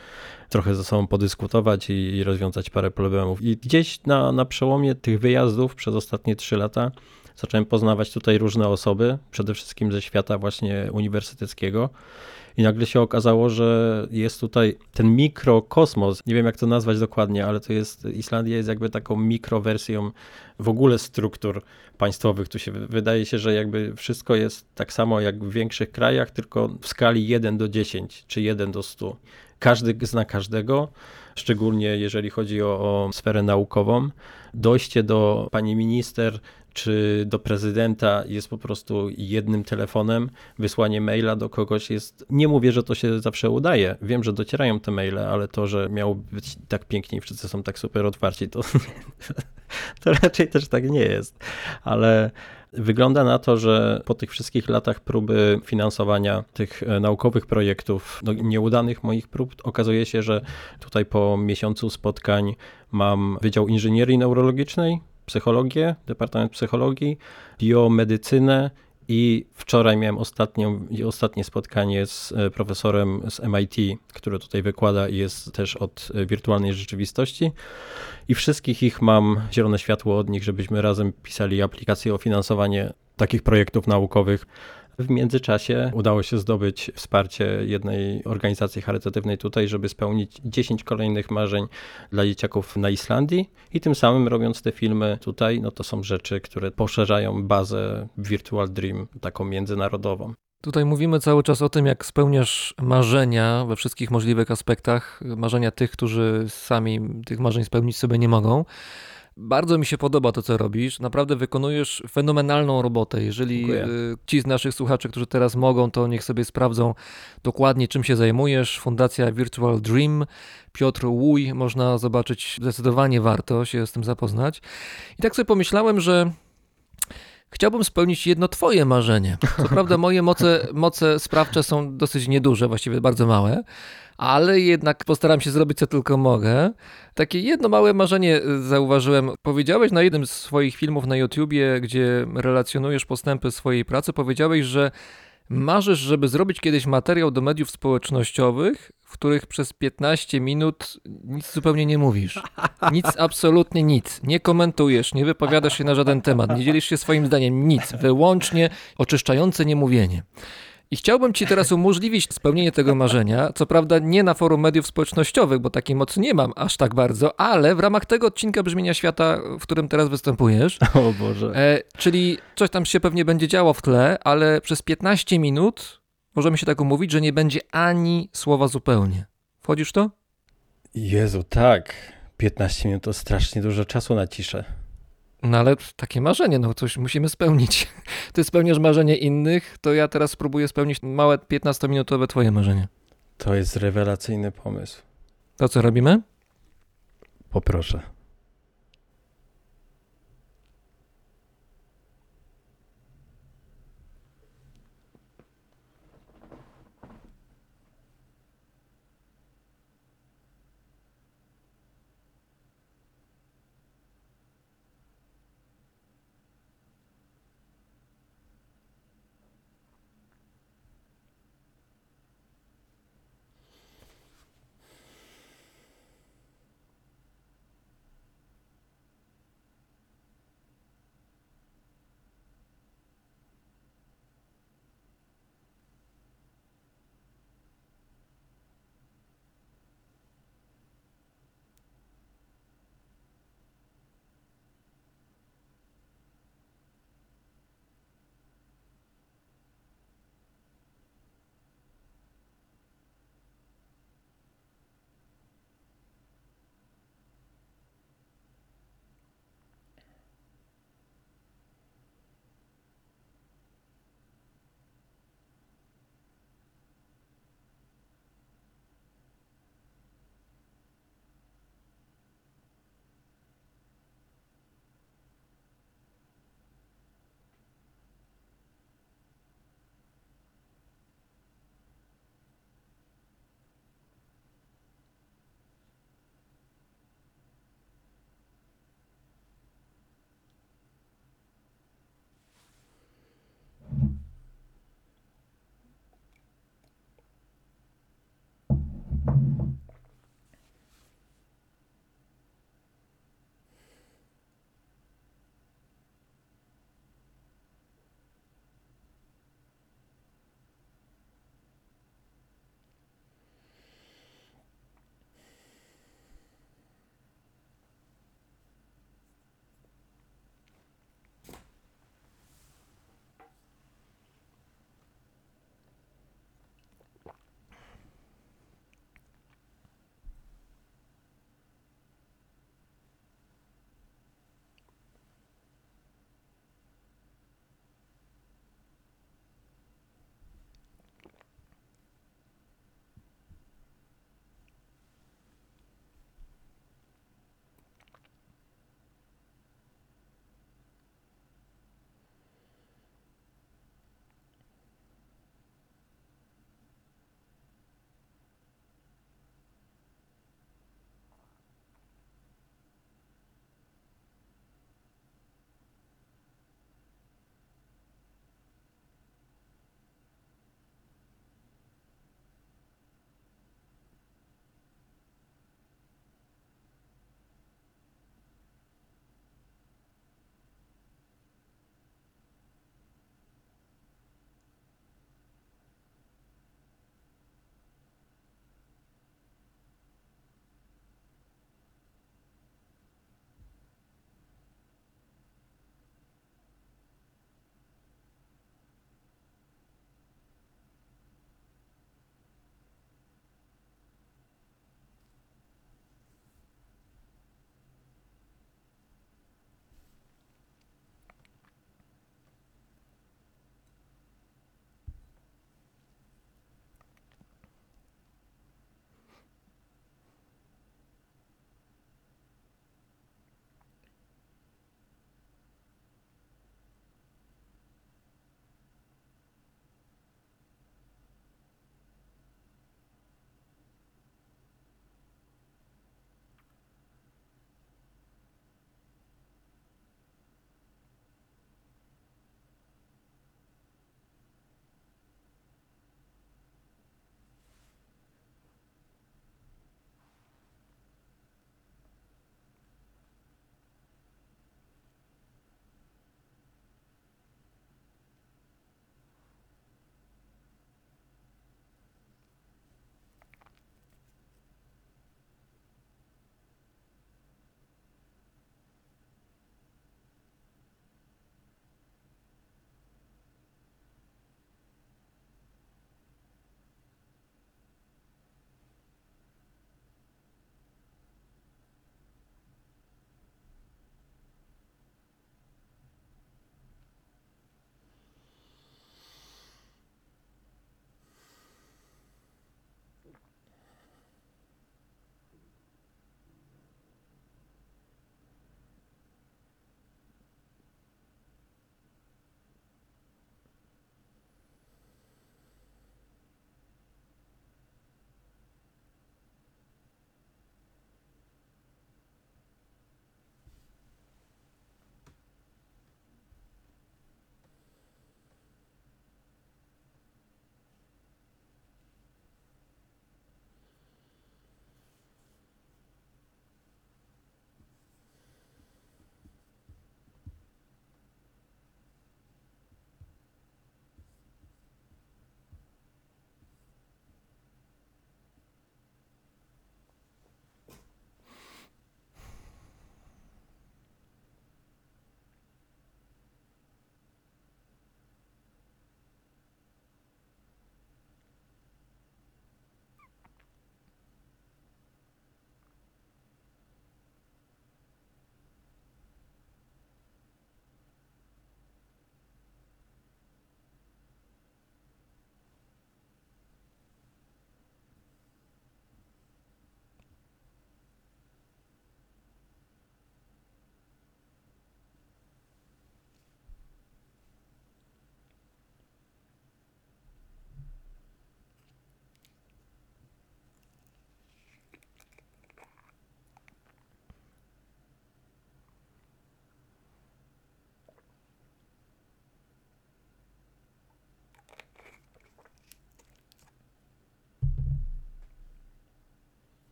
trochę ze sobą podyskutować i, i rozwiązać parę problemów. I gdzieś na, na przełomie tych wyjazdów przez ostatnie trzy lata zacząłem poznawać tutaj różne osoby, przede wszystkim ze świata właśnie uniwersyteckiego. I nagle się okazało, że jest tutaj ten mikrokosmos, nie wiem jak to nazwać dokładnie, ale to jest, Islandia jest jakby taką mikrowersją w ogóle struktur państwowych. Tu się wydaje się, że jakby wszystko jest tak samo jak w większych krajach, tylko w skali jeden do dziesięciu czy jeden do stu. Każdy zna każdego, szczególnie jeżeli chodzi o, o sferę naukową. Dojście do pani minister czy do prezydenta jest po prostu jednym telefonem, wysłanie maila do kogoś jest, nie mówię, że to się zawsze udaje, wiem, że docierają te maile, ale to, że miało być tak pięknie i wszyscy są tak super otwarci, to, to raczej też tak nie jest, ale wygląda na to, że po tych wszystkich latach próby finansowania tych naukowych projektów, no nieudanych moich prób, okazuje się, że tutaj po miesiącu spotkań mam Wydział Inżynierii Neurologicznej, psychologię, Departament Psychologii, biomedycynę i wczoraj miałem ostatnią, ostatnie spotkanie z profesorem z M I T, który tutaj wykłada i jest też od wirtualnej rzeczywistości i wszystkich ich mam zielone światło od nich, żebyśmy razem pisali aplikację o finansowanie takich projektów naukowych. W międzyczasie udało się zdobyć wsparcie jednej organizacji charytatywnej tutaj, żeby spełnić dziesięć kolejnych marzeń dla dzieciaków na Islandii i tym samym robiąc te filmy tutaj, no to są rzeczy, które poszerzają bazę Virtual Dream, taką międzynarodową. Tutaj mówimy cały czas o tym, jak spełniasz marzenia we wszystkich możliwych aspektach, marzenia tych, którzy sami tych marzeń spełnić sobie nie mogą. Bardzo mi się podoba to, co robisz. Naprawdę wykonujesz fenomenalną robotę. Jeżeli Dziękuję. ci z naszych słuchaczy, którzy teraz mogą, to niech sobie sprawdzą dokładnie, czym się zajmujesz. Fundacja Virtual Dream, Piotr Łuj, można zobaczyć, zdecydowanie warto się z tym zapoznać. I tak sobie pomyślałem, że chciałbym spełnić jedno twoje marzenie. Co prawda moje moce, moce sprawcze są dosyć nieduże, właściwie bardzo małe, ale jednak postaram się zrobić co tylko mogę. Takie jedno małe marzenie zauważyłem. Powiedziałeś na jednym z swoich filmów na YouTubie, gdzie relacjonujesz postępy swojej pracy, powiedziałeś, że marzysz, żeby zrobić kiedyś materiał do mediów społecznościowych, w których przez piętnaście minut nic zupełnie nie mówisz. Nic, absolutnie nic. Nie komentujesz, nie wypowiadasz się na żaden temat, nie dzielisz się swoim zdaniem, nic. Wyłącznie oczyszczające niemówienie. I chciałbym ci teraz umożliwić spełnienie tego marzenia, co prawda nie na forum mediów społecznościowych, bo takiej mocy nie mam aż tak bardzo, ale w ramach tego odcinka Brzmienia Świata, w którym teraz występujesz, O Boże. e, czyli coś tam się pewnie będzie działo w tle, ale przez piętnaście minut możemy się tak umówić, że nie będzie ani słowa zupełnie. Wchodzisz w to? Jezu, tak. piętnaście minut to strasznie dużo czasu na ciszę. No ale takie marzenie, no coś musimy spełnić. Ty spełniasz marzenie innych, to ja teraz spróbuję spełnić małe piętnastominutowe twoje marzenie. To jest rewelacyjny pomysł. To co robimy? Poproszę.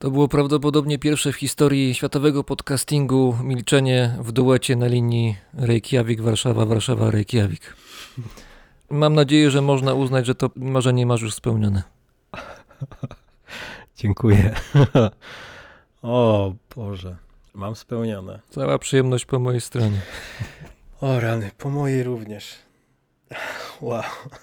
To było prawdopodobnie pierwsze w historii światowego podcastingu milczenie w duecie na linii Reykjavik-Warszawa, Warszawa-Reykjavik. Mam nadzieję, że można uznać, że to marzenie masz już spełnione. Dziękuję. O Boże, mam spełnione. Cała przyjemność po mojej stronie. O rany, po mojej również. Wow.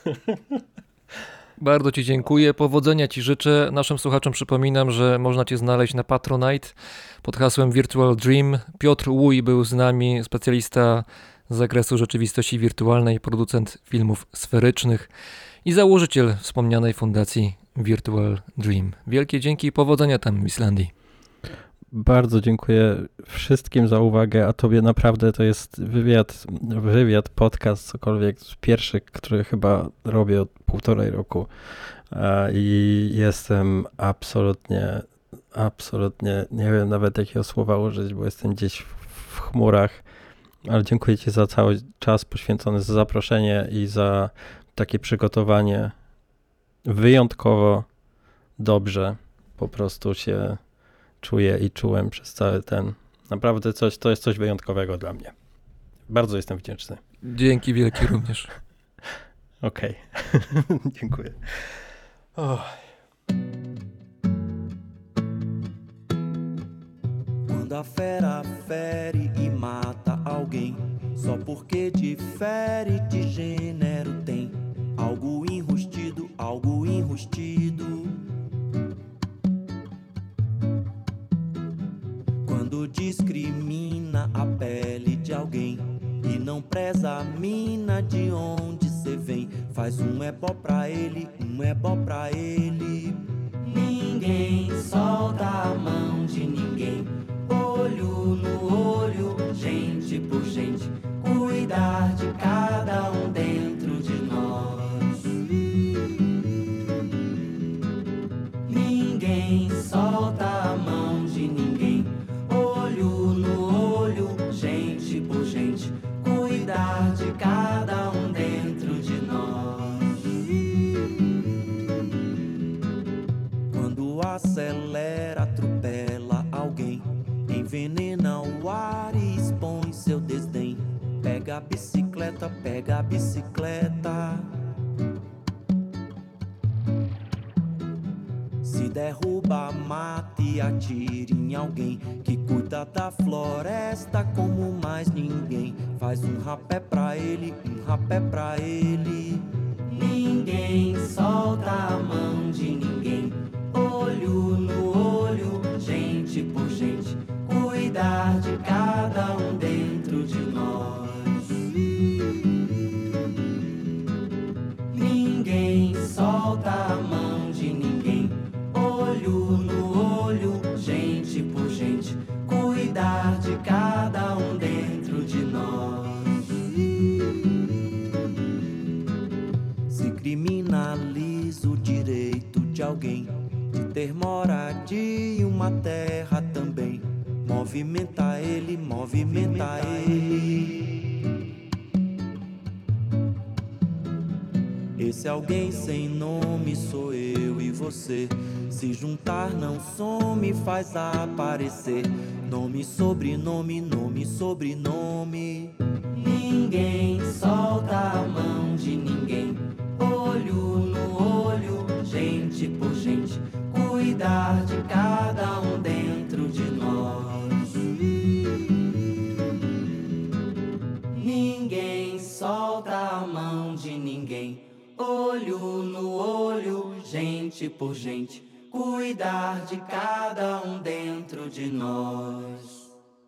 Bardzo Ci dziękuję, powodzenia Ci życzę. Naszym słuchaczom przypominam, że można Cię znaleźć na Patronite pod hasłem Virtual Dream. Piotr Łuj był z nami, specjalista z zakresu rzeczywistości wirtualnej, producent filmów sferycznych i założyciel wspomnianej fundacji Virtual Dream. Wielkie dzięki i powodzenia tam w Islandii. Bardzo dziękuję wszystkim za uwagę, a tobie naprawdę to jest wywiad, wywiad, podcast, cokolwiek, pierwszy, który chyba robię od półtorej roku i jestem absolutnie, absolutnie, nie wiem nawet jakiego słowa użyć, bo jestem gdzieś w chmurach, ale dziękuję ci za cały czas poświęcony, za zaproszenie i za takie przygotowanie. Wyjątkowo dobrze po prostu się czuję i czułem przez cały ten, naprawdę coś, to jest coś wyjątkowego dla mnie. Bardzo jestem wdzięczny. Dzięki wielkie również. Okej, dziękuję. Oh. Quando a fera fere e mata alguém, só porque difere de gênero tem algo enrustido, algo enrustido. Quando discrimina a pele de alguém e não preza a mina de onde cê vem, faz um ebó pra ele, um ebó pra ele. Ninguém solta a mão de ninguém, olho no olho, gente por gente, cuidar de cada um dentro de nós. Ninguém solta a mão de ninguém, olho no olho, gente por gente, cuidar de cada um dentro de nós. Quando acelera, atropela alguém, envenena o ar e expõe seu desdém. Pega a bicicleta, pega a bicicleta. Se derruba, mata e atira em alguém que cuida da floresta como mais ninguém. Faz um rapé pra ele, um rapé pra ele. Ninguém solta a mão de ninguém, olho no olho, gente por gente, cuidar de cada um dentro de nós. Ninguém solta a mão de ninguém, olho no olho, gente por gente, cuidar de cada um dentro de nós. Se criminaliza o direito de alguém de ter moradia e uma terra também, movimenta ele, movimenta ele. Esse alguém sem nome sou eu e você. Se juntar não some, faz aparecer nome, sobrenome, nome, sobrenome. Ninguém solta a mão de ninguém, olho no olho, gente por gente, cuidar de cada um dentro de nós. Ninguém solta a mão de ninguém, olho no olho, gente por gente, cuidar de cada um dentro de nós.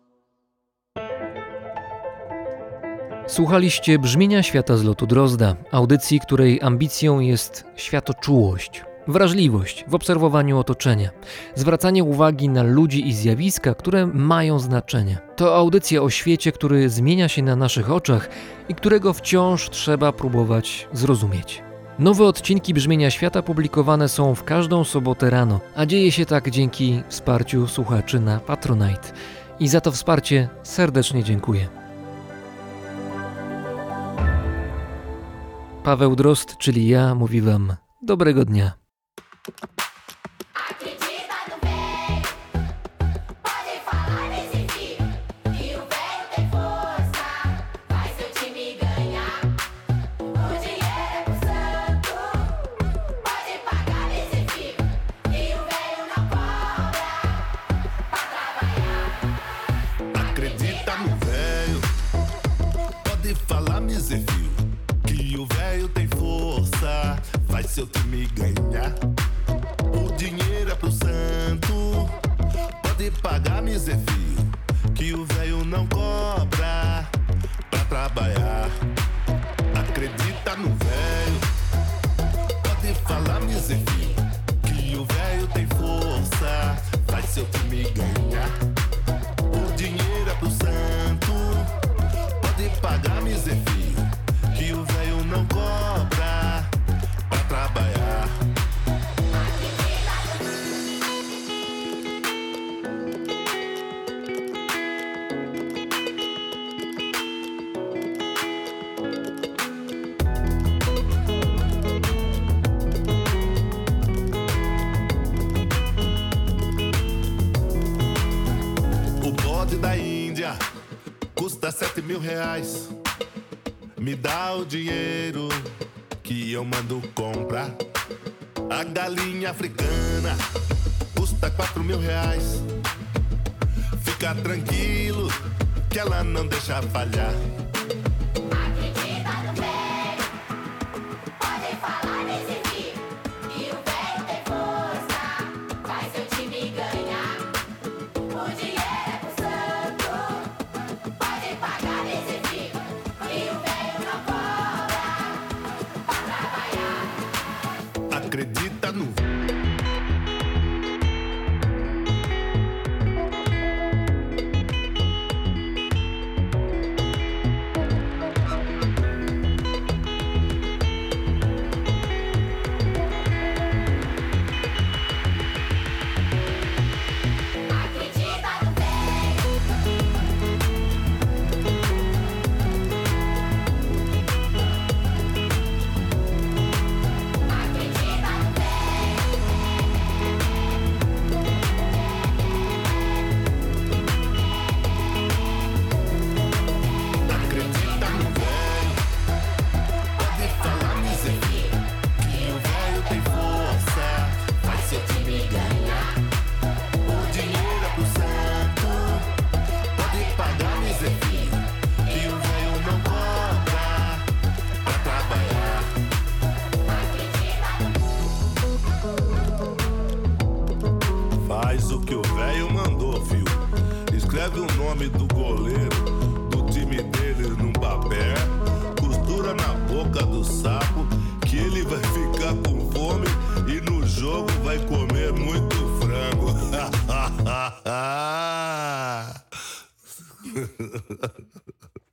Słuchaliście Brzmienia Świata z lotu Drozda, audycji, której ambicją jest światoczułość, wrażliwość w obserwowaniu otoczenia, zwracanie uwagi na ludzi i zjawiska, które mają znaczenie. To audycja o świecie, który zmienia się na naszych oczach i którego wciąż trzeba próbować zrozumieć. Nowe odcinki Brzmienia Świata publikowane są w każdą sobotę rano, a dzieje się tak dzięki wsparciu słuchaczy na Patronite. I za to wsparcie serdecznie dziękuję. Paweł Drozd, czyli ja, mówi wam dobrego dnia. Acredita no bem. seu time ganhar. O dinheiro é pro santo, pode pagar miséria, que o velho não cobra pra trabalhar. Acredita no velho, pode falar miséria, que o velho tem força, faz seu time ganhar. O dinheiro é pro santo, pode pagar miséria, que o velho não cobra pra trabalhar. O bode da Índia custa sete mil reais. Me dá o dinheiro que eu mando comprar. A galinha africana custa quatro mil reais. Fica tranquilo que ela não deixa falhar. Acredita no velho, pode falar nesse fio, e o velho tem força, faz seu time ganhar. O dinheiro é pro santo, pode pagar nesse fio, e o velho não cobra pra trabalhar. Acredita no Acredita no velho, acredita no velho. Acredita no velho, pode falar miséria, que o velho tem força, faz seu time ganhar. O dinheiro é pro santo, pode pagar miséria, que o velho não cobra pra trabalhar. Faz o que o velho mandou, fio. Escreve o nome do goleiro do time dele num papel, costura na boca do sapo, que ele vai ficar com fome e no jogo vai comer muito frango.